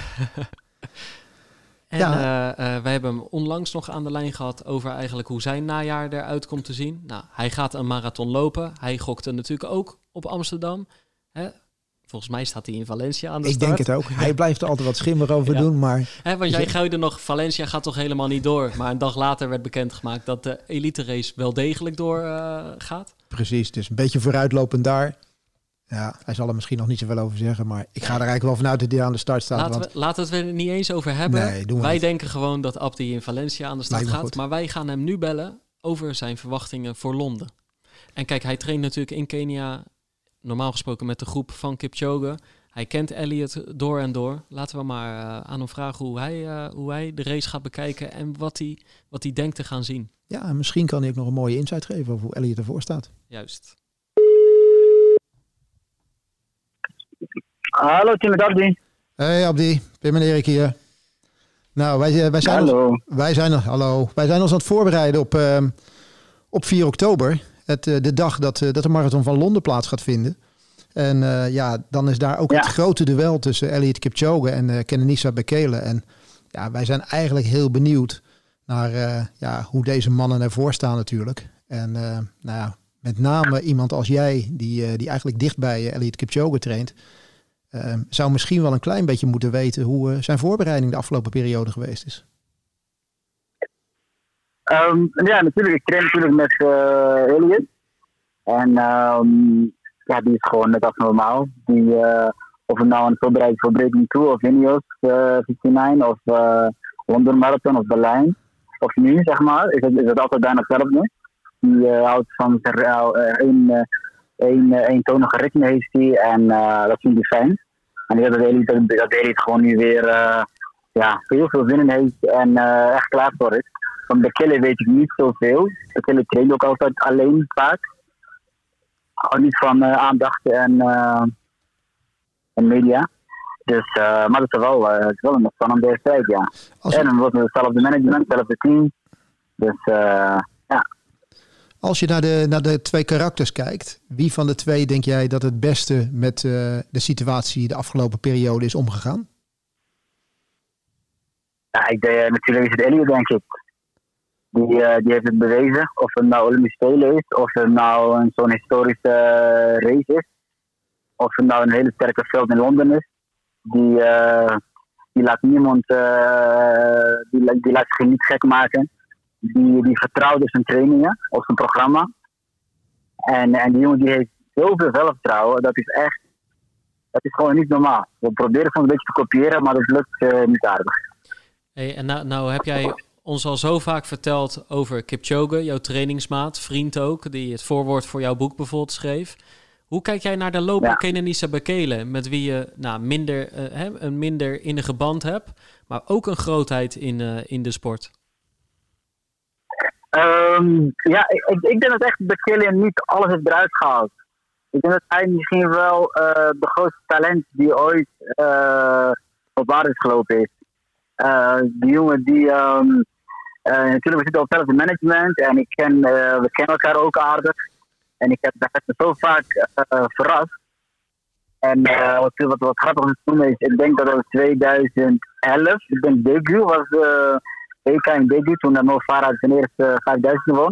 En ja. uh, uh, wij hebben hem onlangs nog aan de lijn gehad over eigenlijk hoe zijn najaar eruit komt te zien. Nou, hij gaat een marathon lopen. Hij gokte natuurlijk ook op Amsterdam. Hè? Volgens mij staat hij in Valencia aan de ik start. Ik denk het ook. Hij blijft er altijd wat schimmig over ja. doen, maar... Hè, want jij guide nog, Valencia gaat toch helemaal niet door. Maar een dag later werd bekendgemaakt dat de elite race wel degelijk door uh, gaat. Precies, dus een beetje vooruitlopend daar. Ja, hij zal er misschien nog niet zoveel over zeggen, maar ik ga er eigenlijk wel vanuit dat hij aan de start staat. Laten, want... we, laten we het er niet eens over hebben. Nee, doen we wij niet. denken gewoon dat Abdi in Valencia aan de start gaat. goed. Maar wij gaan hem nu bellen over zijn verwachtingen voor Londen. En kijk, hij traint natuurlijk in Kenia, normaal gesproken met de groep van Kipchoge. Hij kent Eliud door en door. Laten we maar uh, aan hem vragen hoe hij, uh, hoe hij de race gaat bekijken en wat hij, wat hij denkt te gaan zien. Ja, en misschien kan hij ook nog een mooie insight geven over hoe Eliud ervoor staat. Juist. Hallo, Tim met Abdi. Hey Abdi, Pim en Erik hier. Nou, wij, wij, zijn hallo. Ons, wij, zijn, hallo. wij zijn ons aan het voorbereiden op, uh, op vier oktober. Het, uh, de dag dat, uh, dat de marathon van Londen plaats gaat vinden. En uh, ja, dan is daar ook ja. het grote duel tussen Eliud Kipchoge en uh, Kenenisa Bekele. En ja, wij zijn eigenlijk heel benieuwd naar uh, ja, hoe deze mannen ervoor staan natuurlijk. En uh, nou ja, met name iemand als jij, die, uh, die eigenlijk dicht bij uh, Eliud Kipchoge traint, uh, zou misschien wel een klein beetje moeten weten hoe uh, zijn voorbereiding de afgelopen periode geweest is. Um, ja, natuurlijk. Ik train natuurlijk met uh, Eliud. En um, ja, die is gewoon net als normaal. Die, uh, of het nou een voorbereiding voor Breaking Two of Ineos uh, vijfenvijftig of uh, London Marathon of Berlijn. Of nu, zeg maar, is het, is het altijd bijna hetzelfde. Die uh, houdt van één uh, uh, uh, eentonige ritme heeft hij en uh, dat vind ik fijn. En ik denk dat Eliud dat, dat Eliud gewoon nu weer uh, ja, heel veel zin in heeft en uh, echt klaar voor is. Van Bekele weet ik niet zoveel. Bekele traint ook altijd alleen vaak. Hou niet van uh, aandacht en, uh, en media. Dus, uh, maar het is wel, uh, het is wel een spannende wedstrijd, ja. Als je... En dan wordt het hetzelfde management, hetzelfde team. Dus uh, ja. Als je naar de, naar de twee karakters kijkt, wie van de twee denk jij dat het beste met uh, de situatie de afgelopen periode is omgegaan? Ja, ik denk, natuurlijk is het Eliud, denk ik. Die, uh, die heeft het bewezen. Of het nou Olympische Spelen is, of het nou een zo'n historische uh, race is. Of het nou een hele sterke veld in Londen is. Die, uh, die laat niemand, uh, die, die laat zich niet gek maken. Die, die vertrouwt op zijn trainingen, op zijn programma. En, en die jongen die heeft zoveel zelfvertrouwen, dat is echt, dat is gewoon niet normaal. We proberen soms een beetje te kopiëren, maar dat lukt uh, niet aardig. Hey, en nou, nou heb jij ons al zo vaak verteld over Kipchoge, jouw trainingsmaat, vriend ook, die het voorwoord voor jouw boek bijvoorbeeld schreef. Hoe kijk jij naar de loper ja. Kenenisa Bekele, met wie je nou, minder, uh, hè, een minder innige band hebt, maar ook een grootheid in, uh, in de sport? Um, ja, ik, ik denk dat echt Bekele niet alles heeft eruit gehaald. Ik denk dat hij misschien wel uh, de grootste talent die ooit uh, op aarde is gelopen is. Uh, die jongen die... Um, uh, natuurlijk, we zitten op hetzelfde management en ik ken, uh, we kennen elkaar ook aardig. En ik heb dat zo vaak uh, verrast. En uh, wat, wat, wat grappig is toen is, ik denk dat het tweeduizend elf, ik denk debuut was uh, E K in debuut, toen Mo Farah zijn eerste vijfduizend won.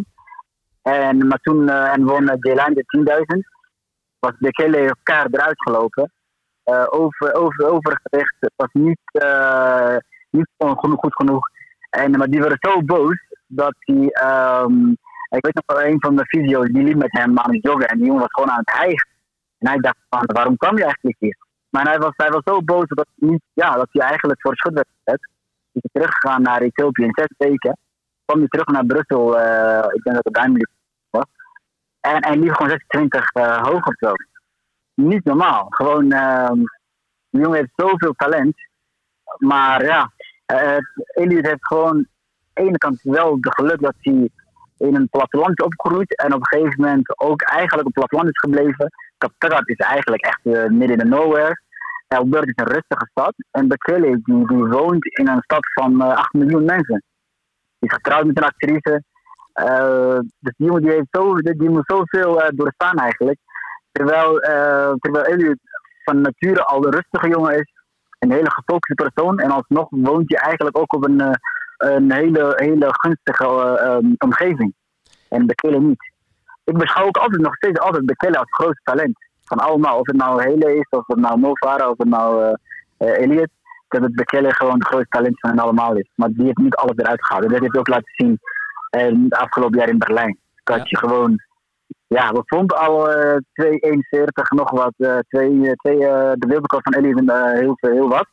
En, maar toen uh, en won uh, Jayline de tienduizend, was Bekele elkaar eruit gelopen. Uh, over, over, overgewicht was niet, uh, niet genoeg, goed genoeg. En, maar die werden zo boos dat hij... Um, ik weet nog wel, een van de fysio's die liep met hem aan het joggen en die jongen was gewoon aan het hijgen. En hij dacht van, waarom kwam je eigenlijk hier? Maar hij was, hij was zo boos dat hij, niet, ja, dat hij eigenlijk voor schut werd gezet. Hij is teruggegaan naar Ethiopië in zes weken. Kwam hij terug naar Brussel, uh, ik denk dat het Duimelijk was. En hij liep gewoon zesentwintig uh, hoog of zo. Niet normaal. Gewoon, uh, die jongen heeft zoveel talent. Maar ja, uh, Eliud heeft gewoon aan de ene kant wel de geluk dat hij in een platteland is opgegroeid en op een gegeven moment ook eigenlijk op het platteland is gebleven. Kaptagat is eigenlijk echt uh, midden in de nowhere. Elburg is een rustige stad. En Bekele die, die woont in een stad van uh, acht miljoen mensen. Die is getrouwd met een actrice. Uh, dus die jongen die, heeft zo, die moet zoveel uh, doorstaan eigenlijk. Terwijl, uh, terwijl Eliud van nature al een rustige jongen is. Een hele gefocuste persoon. En alsnog woont hij eigenlijk ook op een... Uh, een hele, hele gunstige uh, um, omgeving. En Bekele niet. Ik beschouw ook altijd nog steeds altijd Bekele als grootste talent. Van allemaal. Of het nou Hele is, of het nou Mo Farah, of het nou uh, uh, Eliud. Dat het Bekele gewoon het grootste talent van hen allemaal is. Maar die heeft niet alles eruit gehaald. Dat heeft hij ook laten zien uh, het afgelopen jaar in Berlijn. Dat ja. je gewoon... Ja, we vonden al uh, twee eenenveertig nog wat. Uh, twee, twee, uh, de wereldrecord van Eliud uh, heel, heel wat.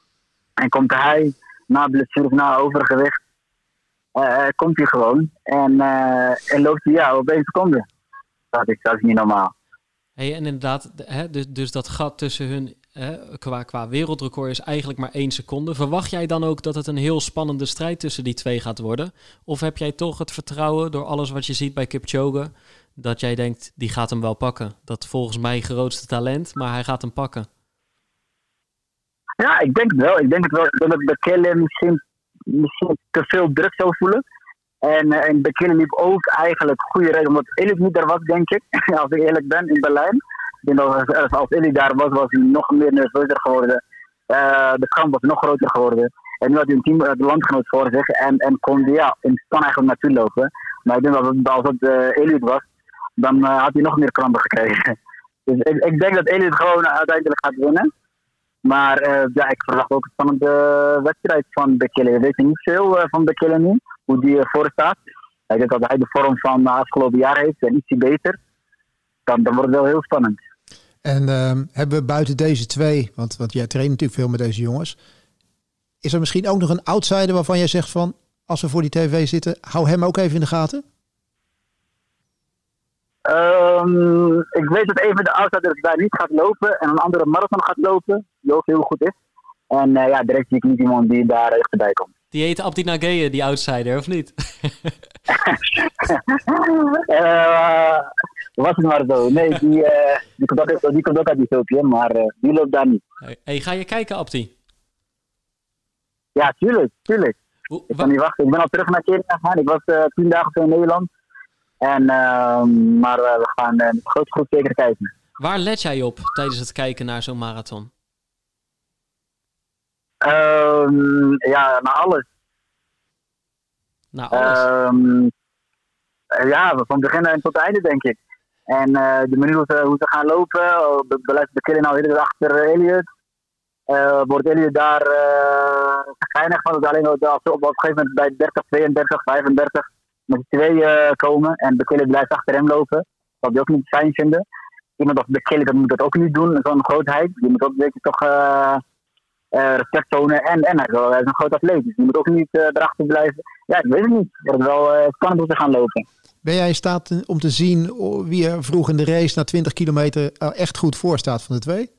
En komt hij... na blessure, na overgewicht, uh, komt hij gewoon en, uh, en loopt hij ja, op één seconde. Dat is, dat is niet normaal. Hey, en inderdaad, hè, dus, dus dat gat tussen hun hè, qua, qua wereldrecord is eigenlijk maar één seconde. Verwacht jij dan ook dat het een heel spannende strijd tussen die twee gaat worden? Of heb jij toch het vertrouwen door alles wat je ziet bij Kipchoge, dat jij denkt, die gaat hem wel pakken? Dat volgens mij grootste talent, maar hij gaat hem pakken. Ja, ik denk het wel. Ik denk het wel dat Bekele misschien, misschien te veel druk zou voelen. En, uh, en Bekele liep ook eigenlijk goede reden, omdat Eliud niet daar was, denk ik. Als ik eerlijk ben, in Berlijn. Ik denk dat als, als Eliud daar was, was hij nog meer nerveuzer geworden. Uh, de kamp was nog groter geworden. En nu had hij een team, de landgenoot voor zich en, en kon die, ja, in kan eigenlijk naartoe lopen. Maar ik denk dat het, als het uh, Eliud was, dan uh, had hij nog meer krampen gekregen. Dus ik, ik denk dat Eliud gewoon uiteindelijk gaat winnen. Maar uh, ja, ik verwacht ook een spannende wedstrijd van Bekele. We weten niet veel uh, van Bekele nu, hoe die ervoor uh, staat. Ik denk dat hij de vorm van uh, afgelopen jaar heeft en ietsje beter. Dan, dan wordt het wel heel spannend. En uh, hebben we buiten deze twee, want, want jij traint natuurlijk veel met deze jongens. Is er misschien ook nog een outsider waarvan jij zegt van, als we voor die tv zitten, hou hem ook even in de gaten? Um, ik weet dat even de outsider daar niet gaat lopen en een andere marathon gaat lopen, die ook heel goed is. En uh, ja, direct zie ik niet iemand die daar dichterbij komt. Die heet Abdi Nageye, die outsider, of niet? uh, was het maar zo. Nee, die, uh, die, komt, ook, die komt ook uit Ethiopië, maar uh, die loopt daar niet. Hey, ga je kijken, Abdi? Ja, tuurlijk, tuurlijk. Hoe, ik kan niet wachten. Ik ben al terug naar Kenia gegaan. Ik was uh, tien dagen in Nederland. En, uh, maar uh, we gaan uh, met grote groep zeker kijken. Waar let jij op tijdens het kijken naar zo'n marathon? Um, ja, naar alles. Naar alles? Um, ja, van begin tot einde denk ik. En uh, de manier hoe ze, hoe ze gaan lopen, be- blijft Bekele nou heel achter Eliud. Uh, wordt Eliud daar uh, geinig van, dat alleen als ze op, op een gegeven moment bij dertig, tweeëndertig, vijfendertig met z'n twee uh, komen en Bekele blijft achter hem lopen. Dat die ook niet fijn vinden. Iemand als Bekele dat moet dat ook niet doen, zo'n grootheid. Die moet ook een beetje toch uh, uh, respect tonen. En, en hij is een groot atleet, dus die moet ook niet uh, erachter blijven. Ja, ik weet het niet. Het wordt wel uh, spannend om te gaan lopen. Ben jij in staat om te zien wie er vroeg in de race na twintig kilometer echt goed voor staat van de twee?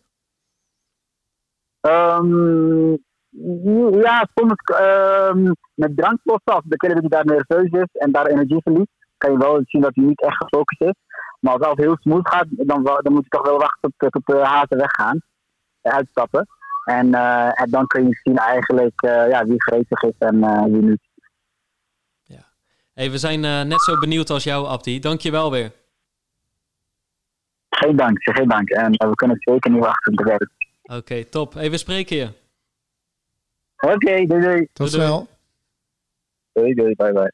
Um, ja, soms um, met drankposten, als Bekele dat hij daar nerveus is en daar energie verliest, kan je wel zien dat hij niet echt gefocust is. Maar als het heel smooth gaat, dan, dan moet je toch wel wachten tot, tot de hazen weggaan, uitstappen. En, uh, en dan kun je zien eigenlijk uh, ja, wie gretig is en uh, wie niet. Ja. Hey, we zijn uh, net zo benieuwd als jou, Abdi. Dank je wel weer. Geen dank, geen dank. En uh, we kunnen zeker niet wachten op de werk. Oké, okay, top. Hey, we spreken je. Oké, okay, doei doei. Tot snel. Doei doei, bye bye.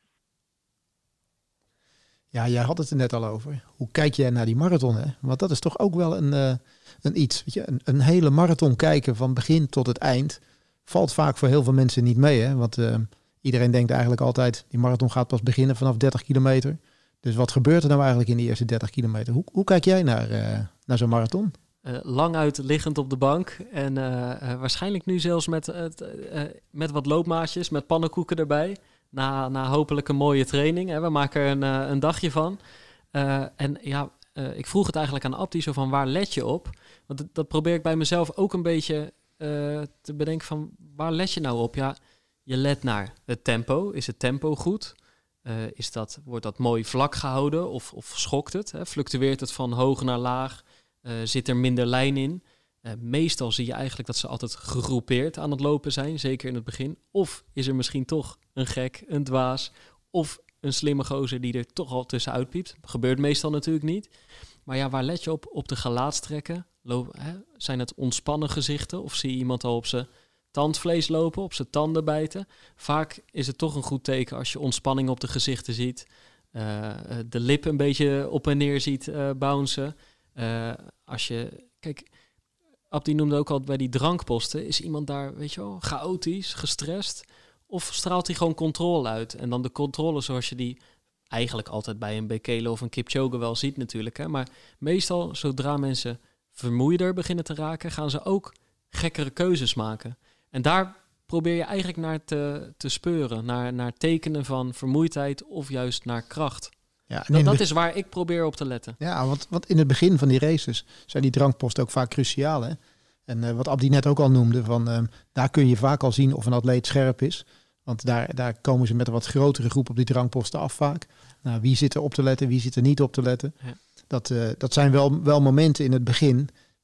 Ja, jij had het er net al over. Hoe kijk jij naar die marathon, hè? Want dat is toch ook wel een, uh, een iets. Weet je? Een, een hele marathon kijken van begin tot het eind valt vaak voor heel veel mensen niet mee, hè? Want uh, iedereen denkt eigenlijk altijd, die marathon gaat pas beginnen vanaf dertig kilometer. Dus wat gebeurt er nou eigenlijk in de eerste dertig kilometer? Hoe, hoe kijk jij naar, uh, naar zo'n marathon? Uh, lang uit liggend op de bank. En uh, uh, waarschijnlijk nu zelfs met, uh, uh, met wat loopmaatjes, met pannenkoeken erbij. Na, na hopelijk een mooie training. Hè. We maken er een, uh, een dagje van. Uh, en ja, uh, ik vroeg het eigenlijk aan Abdi, zo van waar let je op? Want dat, dat probeer ik bij mezelf ook een beetje uh, te bedenken van waar let je nou op? Ja, je let naar het tempo. Is het tempo goed? Uh, is dat, wordt dat mooi vlak gehouden of, of schokt het? Hè? Fluctueert het van hoog naar laag? Uh, zit er minder lijn in? Uh, meestal zie je eigenlijk dat ze altijd gegroepeerd aan het lopen zijn, zeker in het begin. Of is er misschien toch een gek, een dwaas of een slimme gozer die er toch al tussenuit piept. Gebeurt meestal natuurlijk niet. Maar ja, waar let je op? Op de gelaatstrekken? Loop, hè? Zijn het ontspannen gezichten of zie je iemand al op zijn tandvlees lopen, op zijn tanden bijten? Vaak is het toch een goed teken als je ontspanning op de gezichten ziet. Uh, de lippen een beetje op en neer ziet uh, bouncen. Uh, als je, kijk, Abdi noemde ook al bij die drankposten, is iemand daar, weet je wel, chaotisch, gestrest, of straalt hij gewoon controle uit? En dan de controle zoals je die eigenlijk altijd bij een Bekele of een Kipchoge wel ziet natuurlijk, hè? Maar meestal, zodra mensen vermoeider beginnen te raken, gaan ze ook gekkere keuzes maken. En daar probeer je eigenlijk naar te, te speuren, naar, naar tekenen van vermoeidheid of juist naar kracht. Ja, dat, dat be- is waar ik probeer op te letten. Ja, want, want in het begin van die races zijn die drankposten ook vaak cruciaal. Hè? En uh, wat Abdi net ook al noemde, van, uh, daar kun je vaak al zien of een atleet scherp is. Want daar, daar komen ze met een wat grotere groep op die drankposten af vaak. Nou, wie zit er op te letten, wie zit er niet op te letten. Ja. Dat, uh, dat zijn wel, wel momenten in het begin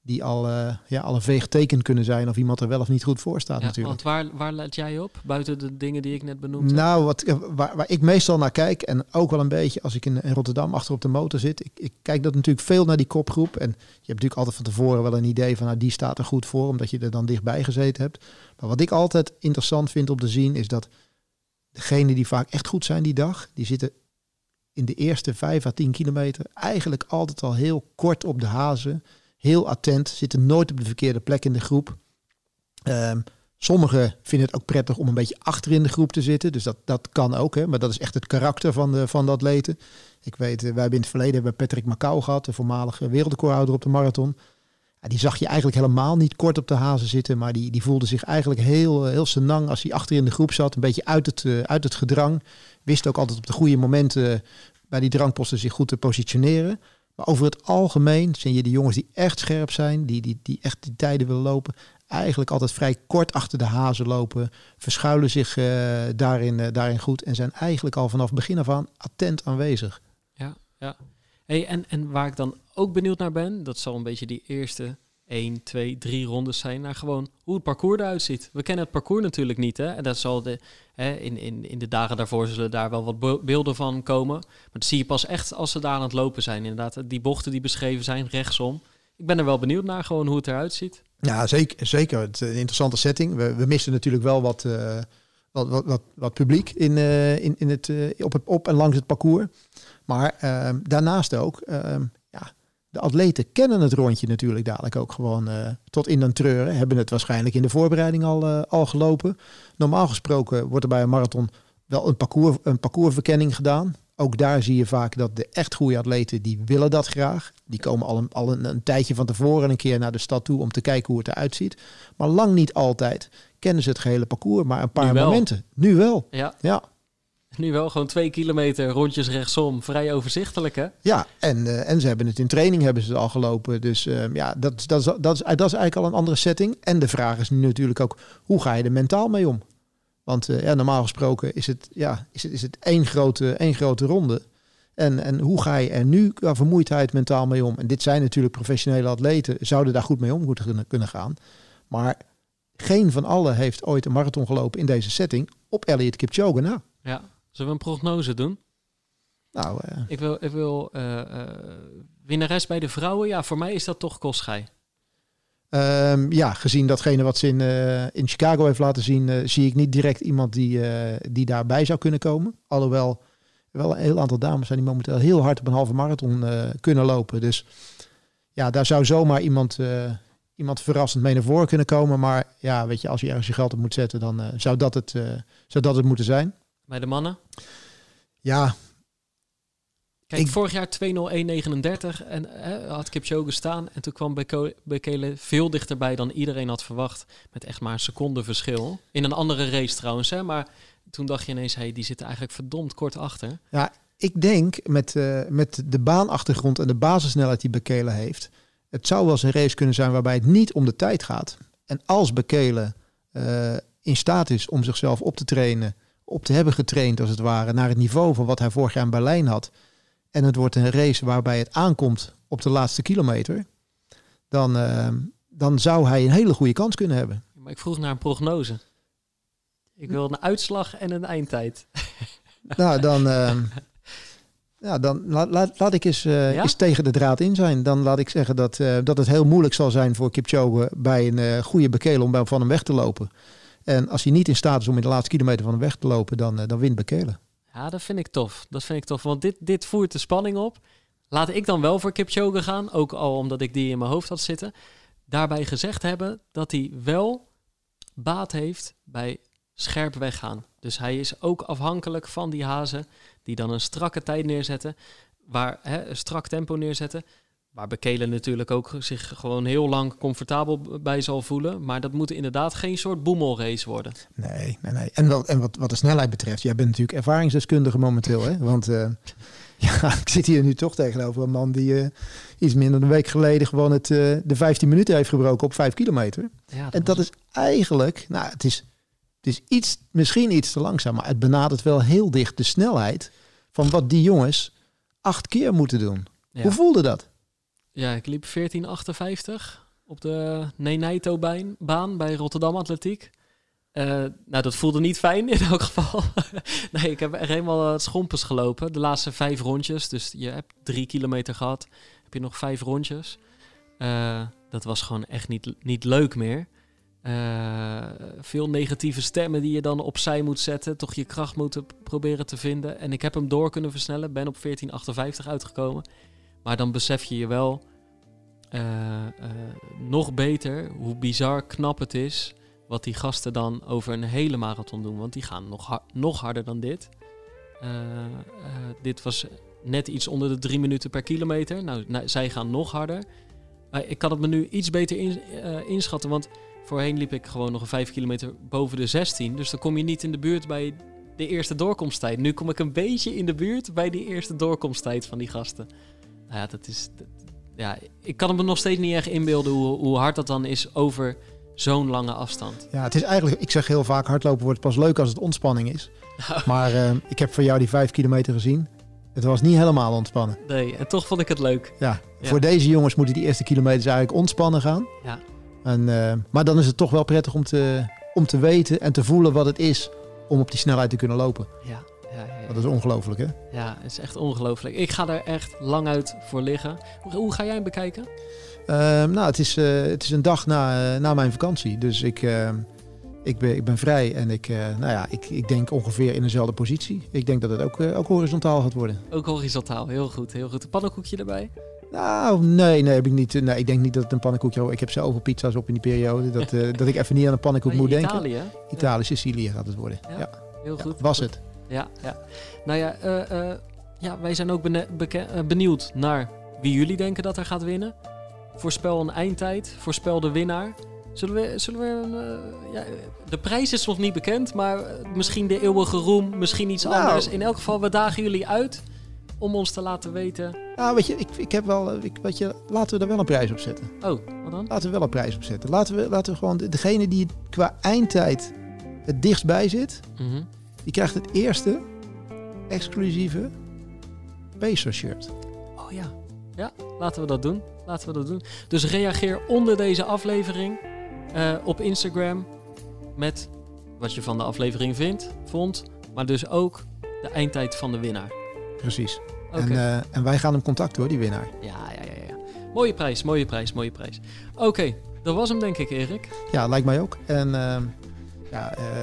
die al, uh, ja, al een veeg teken kunnen zijn of iemand er wel of niet goed voor staat ja, natuurlijk. Want waar, waar let jij op, buiten de dingen die ik net benoemde? Nou, wat, waar, waar ik meestal naar kijk, en ook wel een beetje als ik in, in Rotterdam achter op de motor zit, ik, ik kijk dat natuurlijk veel naar die kopgroep. En je hebt natuurlijk altijd van tevoren wel een idee van, nou, die staat er goed voor, omdat je er dan dichtbij gezeten hebt. Maar wat ik altijd interessant vind om te zien, is dat degenen die vaak echt goed zijn die dag, die zitten in de eerste vijf à tien kilometer eigenlijk altijd al heel kort op de hazen. Heel attent, zitten nooit op de verkeerde plek in de groep. Um, sommigen vinden het ook prettig om een beetje achter in de groep te zitten. Dus dat, dat kan ook, hè? Maar dat is echt het karakter van de, van de atleten. Ik weet, wij hebben in het verleden hebben Patrick Macau gehad, de voormalige wereldrecordhouder op de marathon. Ja, die zag je eigenlijk helemaal niet kort op de hazen zitten, maar die, die voelde zich eigenlijk heel, heel senang als hij achter in de groep zat. Een beetje uit het, uh, uit het gedrang. Wist ook altijd op de goede momenten uh, bij die drangposten zich goed te positioneren. Maar over het algemeen zie je de jongens die echt scherp zijn, die, die, die echt die tijden willen lopen, eigenlijk altijd vrij kort achter de hazen lopen, verschuilen zich uh, daarin, uh, daarin goed en zijn eigenlijk al vanaf begin af aan attent aanwezig. Ja, ja. Hey, en, en waar ik dan ook benieuwd naar ben, dat zal een beetje die eerste één, twee, drie rondes zijn, naar gewoon hoe het parcours eruit ziet. We kennen het parcours natuurlijk niet, hè? En dat zal de, hè, in, in, in de dagen daarvoor zullen daar wel wat beelden van komen. Maar dat zie je pas echt als ze daar aan het lopen zijn. Inderdaad, die bochten die beschreven zijn, rechtsom. Ik ben er wel benieuwd naar, gewoon hoe het eruit ziet. Ja, zeker. zeker. Het is een interessante setting. We, we missen natuurlijk wel wat, uh, wat, wat, wat, wat publiek in, uh, in, in het, uh, op, het, op en langs het parcours. Maar uh, daarnaast ook, uh, ja, de atleten kennen het rondje natuurlijk dadelijk ook gewoon uh, tot in den treuren. Hebben het waarschijnlijk in de voorbereiding al, uh, al gelopen. Normaal gesproken wordt er bij een marathon wel een, parcours, een parcoursverkenning gedaan. Ook daar zie je vaak dat de echt goede atleten, die willen dat graag. Die komen al, een, al een, een tijdje van tevoren een keer naar de stad toe om te kijken hoe het eruit ziet. Maar lang niet altijd kennen ze het gehele parcours, maar een paar nu momenten. Nu wel. Ja. ja. Nu wel gewoon twee kilometer rondjes rechtsom, vrij overzichtelijk, hè? Ja, en, uh, en ze hebben het in training hebben ze het al gelopen. Dus uh, ja, dat, dat, is, dat, is, dat is eigenlijk al een andere setting. En de vraag is nu natuurlijk ook, hoe ga je er mentaal mee om? Want uh, ja, normaal gesproken is het, ja, is het, is het één, grote, één grote ronde. En, en hoe ga je er nu qua vermoeidheid mentaal mee om? En dit zijn natuurlijk professionele atleten, zouden daar goed mee om moeten kunnen gaan. Maar geen van allen heeft ooit een marathon gelopen in deze setting op Eliud Kipchoge na. Ja, zullen we een prognose doen? Nou, uh, ik wil, ik wil uh, uh, winnares bij de vrouwen. Ja, voor mij is dat toch Koschei. Um, ja, gezien datgene wat ze in, uh, in Chicago heeft laten zien, uh, zie ik niet direct iemand die, uh, die daarbij zou kunnen komen. Alhoewel wel een heel aantal dames zijn die momenteel heel hard op een halve marathon uh, kunnen lopen. Dus ja, daar zou zomaar iemand, uh, iemand verrassend mee naar voren kunnen komen. Maar ja, weet je, als je ergens je geld op moet zetten, dan uh, zou, dat het, uh, zou dat het moeten zijn. Bij de mannen? Ja. Kijk, ik... vorig jaar twee nul één negenendertig en hè, had Kipchoge staan. En toen kwam Beko- Bekele veel dichterbij dan iedereen had verwacht. Met echt maar een seconde verschil. In een andere race trouwens, hè. Maar toen dacht je ineens, hey, die zitten eigenlijk verdomd kort achter. Ja, ik denk met, uh, met de baanachtergrond en de basissnelheid die Bekele heeft, het zou wel eens een race kunnen zijn waarbij het niet om de tijd gaat. En als Bekele uh, in staat is om zichzelf op te trainen, op te hebben getraind als het ware, naar het niveau van wat hij vorig jaar in Berlijn had, en het wordt een race waarbij het aankomt op de laatste kilometer, dan, uh, dan zou hij een hele goede kans kunnen hebben. Maar ik vroeg naar een prognose. Ik wil een uitslag en een eindtijd. Nou, dan, uh, ja, dan laat, laat, laat ik eens, uh, ja? eens tegen de draad in zijn. Dan laat ik zeggen dat, uh, dat het heel moeilijk zal zijn voor Kipchoge bij een uh, goede Bekele om van hem weg te lopen. En als hij niet in staat is om in de laatste kilometer van hem weg te lopen, dan, uh, dan wint Bekele. Ja, dat vind ik tof. Dat vind ik tof, want dit, dit voert de spanning op. Laat ik dan wel voor Kipchoge gaan, ook al omdat ik die in mijn hoofd had zitten. Daarbij gezegd hebben dat hij wel baat heeft bij scherp weggaan. Dus hij is ook afhankelijk van die hazen die dan een strakke tijd neerzetten, waar hè, een strak tempo neerzetten, waar Bekele natuurlijk ook zich gewoon heel lang comfortabel bij zal voelen. Maar dat moet inderdaad geen soort boemelrace worden. Nee, nee, nee. En, wel, en wat, wat de snelheid betreft, jij bent natuurlijk ervaringsdeskundige momenteel, hè? Want uh, ja, ik zit hier nu toch tegenover een man die uh, iets minder dan een week geleden gewoon het, uh, de vijftien minuten heeft gebroken op vijf kilometer. Ja, dat en dat was... is eigenlijk, nou, het is, het is iets, misschien iets te langzaam, maar het benadert wel heel dicht de snelheid van wat die jongens acht keer moeten doen. Ja. Hoe voelde dat? Ja, ik liep veertien achtenvijftig. op de Neneito-baan bij Rotterdam Atletiek. Uh, nou, dat voelde niet fijn in elk geval. Nee, ik heb echt helemaal het schompers gelopen. De laatste vijf rondjes. Dus je hebt drie kilometer gehad. Heb je nog vijf rondjes. Uh, dat was gewoon echt niet, niet leuk meer. Uh, veel negatieve stemmen die je dan opzij moet zetten. Toch je kracht moeten proberen te vinden. En ik heb hem door kunnen versnellen. Ben op veertien achtenvijftig uitgekomen. Maar dan besef je je wel uh, uh, nog beter hoe bizar knap het is wat die gasten dan over een hele marathon doen. Want die gaan nog, har- nog harder dan dit. Uh, uh, dit was net iets onder de drie minuten per kilometer. Nou, nou zij gaan nog harder. Maar ik kan het me nu iets beter in, uh, inschatten. Want voorheen liep ik gewoon nog een vijf kilometer boven de zestien. Dus dan kom je niet in de buurt bij de eerste doorkomsttijd. Nu kom ik een beetje in de buurt bij die eerste doorkomsttijd van die gasten. Nou ja, dat is... Dat, ja, ik kan het me nog steeds niet echt inbeelden hoe, hoe hard dat dan is over zo'n lange afstand. Ja, het is eigenlijk... Ik zeg heel vaak, hardlopen wordt pas leuk als het ontspanning is. Maar uh, ik heb voor jou die vijf kilometer gezien. Het was niet helemaal ontspannen. Nee, en toch vond ik het leuk. Ja, ja. Voor deze jongens moeten die eerste kilometers eigenlijk ontspannen gaan. Ja. En, uh, maar dan is het toch wel prettig om te, om te weten en te voelen wat het is om op die snelheid te kunnen lopen. Ja, ja, ja, ja. Dat is ongelooflijk, hè? Ja, het is echt ongelooflijk. Ik ga er echt lang uit voor liggen. Hoe, hoe ga jij hem bekijken? Uh, nou, het is, uh, het is een dag na, uh, na mijn vakantie. Dus ik, uh, ik, ben, ik ben vrij en ik, uh, nou ja, ik, ik denk ongeveer in dezelfde positie. Ik denk dat het ook, uh, ook horizontaal gaat worden. Ook horizontaal, heel goed. Heel goed. Een pannenkoekje erbij? Nou, nee, nee, heb ik niet. Nee, ik denk niet dat het een pannenkoekje is. Ik heb zoveel pizza's op in die periode dat, uh, dat ik even niet aan een pannenkoek moet denken. Italië? Italië, ja. Sicilië gaat het worden. Ja, ja. Heel goed. Ja, was het. Ja, ja. Nou ja, uh, uh, ja wij zijn ook bene- beke- uh, benieuwd naar wie jullie denken dat er gaat winnen. Voorspel een eindtijd, voorspel de winnaar. Zullen we, zullen we uh, ja, de prijs is nog niet bekend, maar uh, misschien de eeuwige roem, misschien iets nou. anders. In elk geval, we dagen jullie uit om ons te laten weten. Nou, weet je, ik, ik heb wel, ik, weet je, laten we er wel een prijs op zetten. Oh, wat dan? Laten we wel een prijs op zetten. Laten we, laten we gewoon, degene die qua eindtijd het dichtst bij zit, Mm-hmm. die krijgt het eerste exclusieve Pacer shirt. Oh ja, ja, laten we dat doen. Laten we dat doen. Dus reageer onder deze aflevering uh, op Instagram met wat je van de aflevering vindt, vond, maar dus ook de eindtijd van de winnaar. Precies. Okay. En, uh, en wij gaan hem contacten hoor, die winnaar. Ja, ja, ja, ja. Mooie prijs, mooie prijs, mooie prijs. Oké, okay, dat was hem denk ik, Erik. Ja, lijkt mij ook. En uh, ja, uh,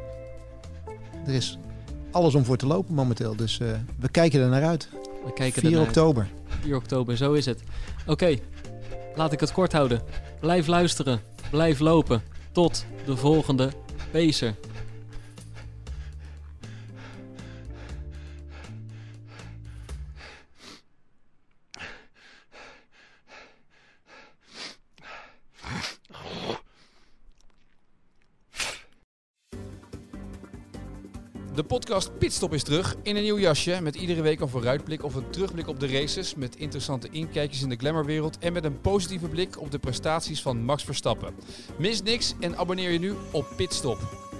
er is alles om voor te lopen momenteel. Dus uh, we kijken er naar uit. We kijken vier oktober. vier oktober, zo is het. Oké, okay, laat ik het kort houden. Blijf luisteren, blijf lopen. Tot de volgende Pacer. De podcast Pitstop is terug in een nieuw jasje met iedere week een vooruitblik of een terugblik op de races met interessante inkijkjes in de glamourwereld en met een positieve blik op de prestaties van Max Verstappen. Mis niks en abonneer je nu op Pitstop.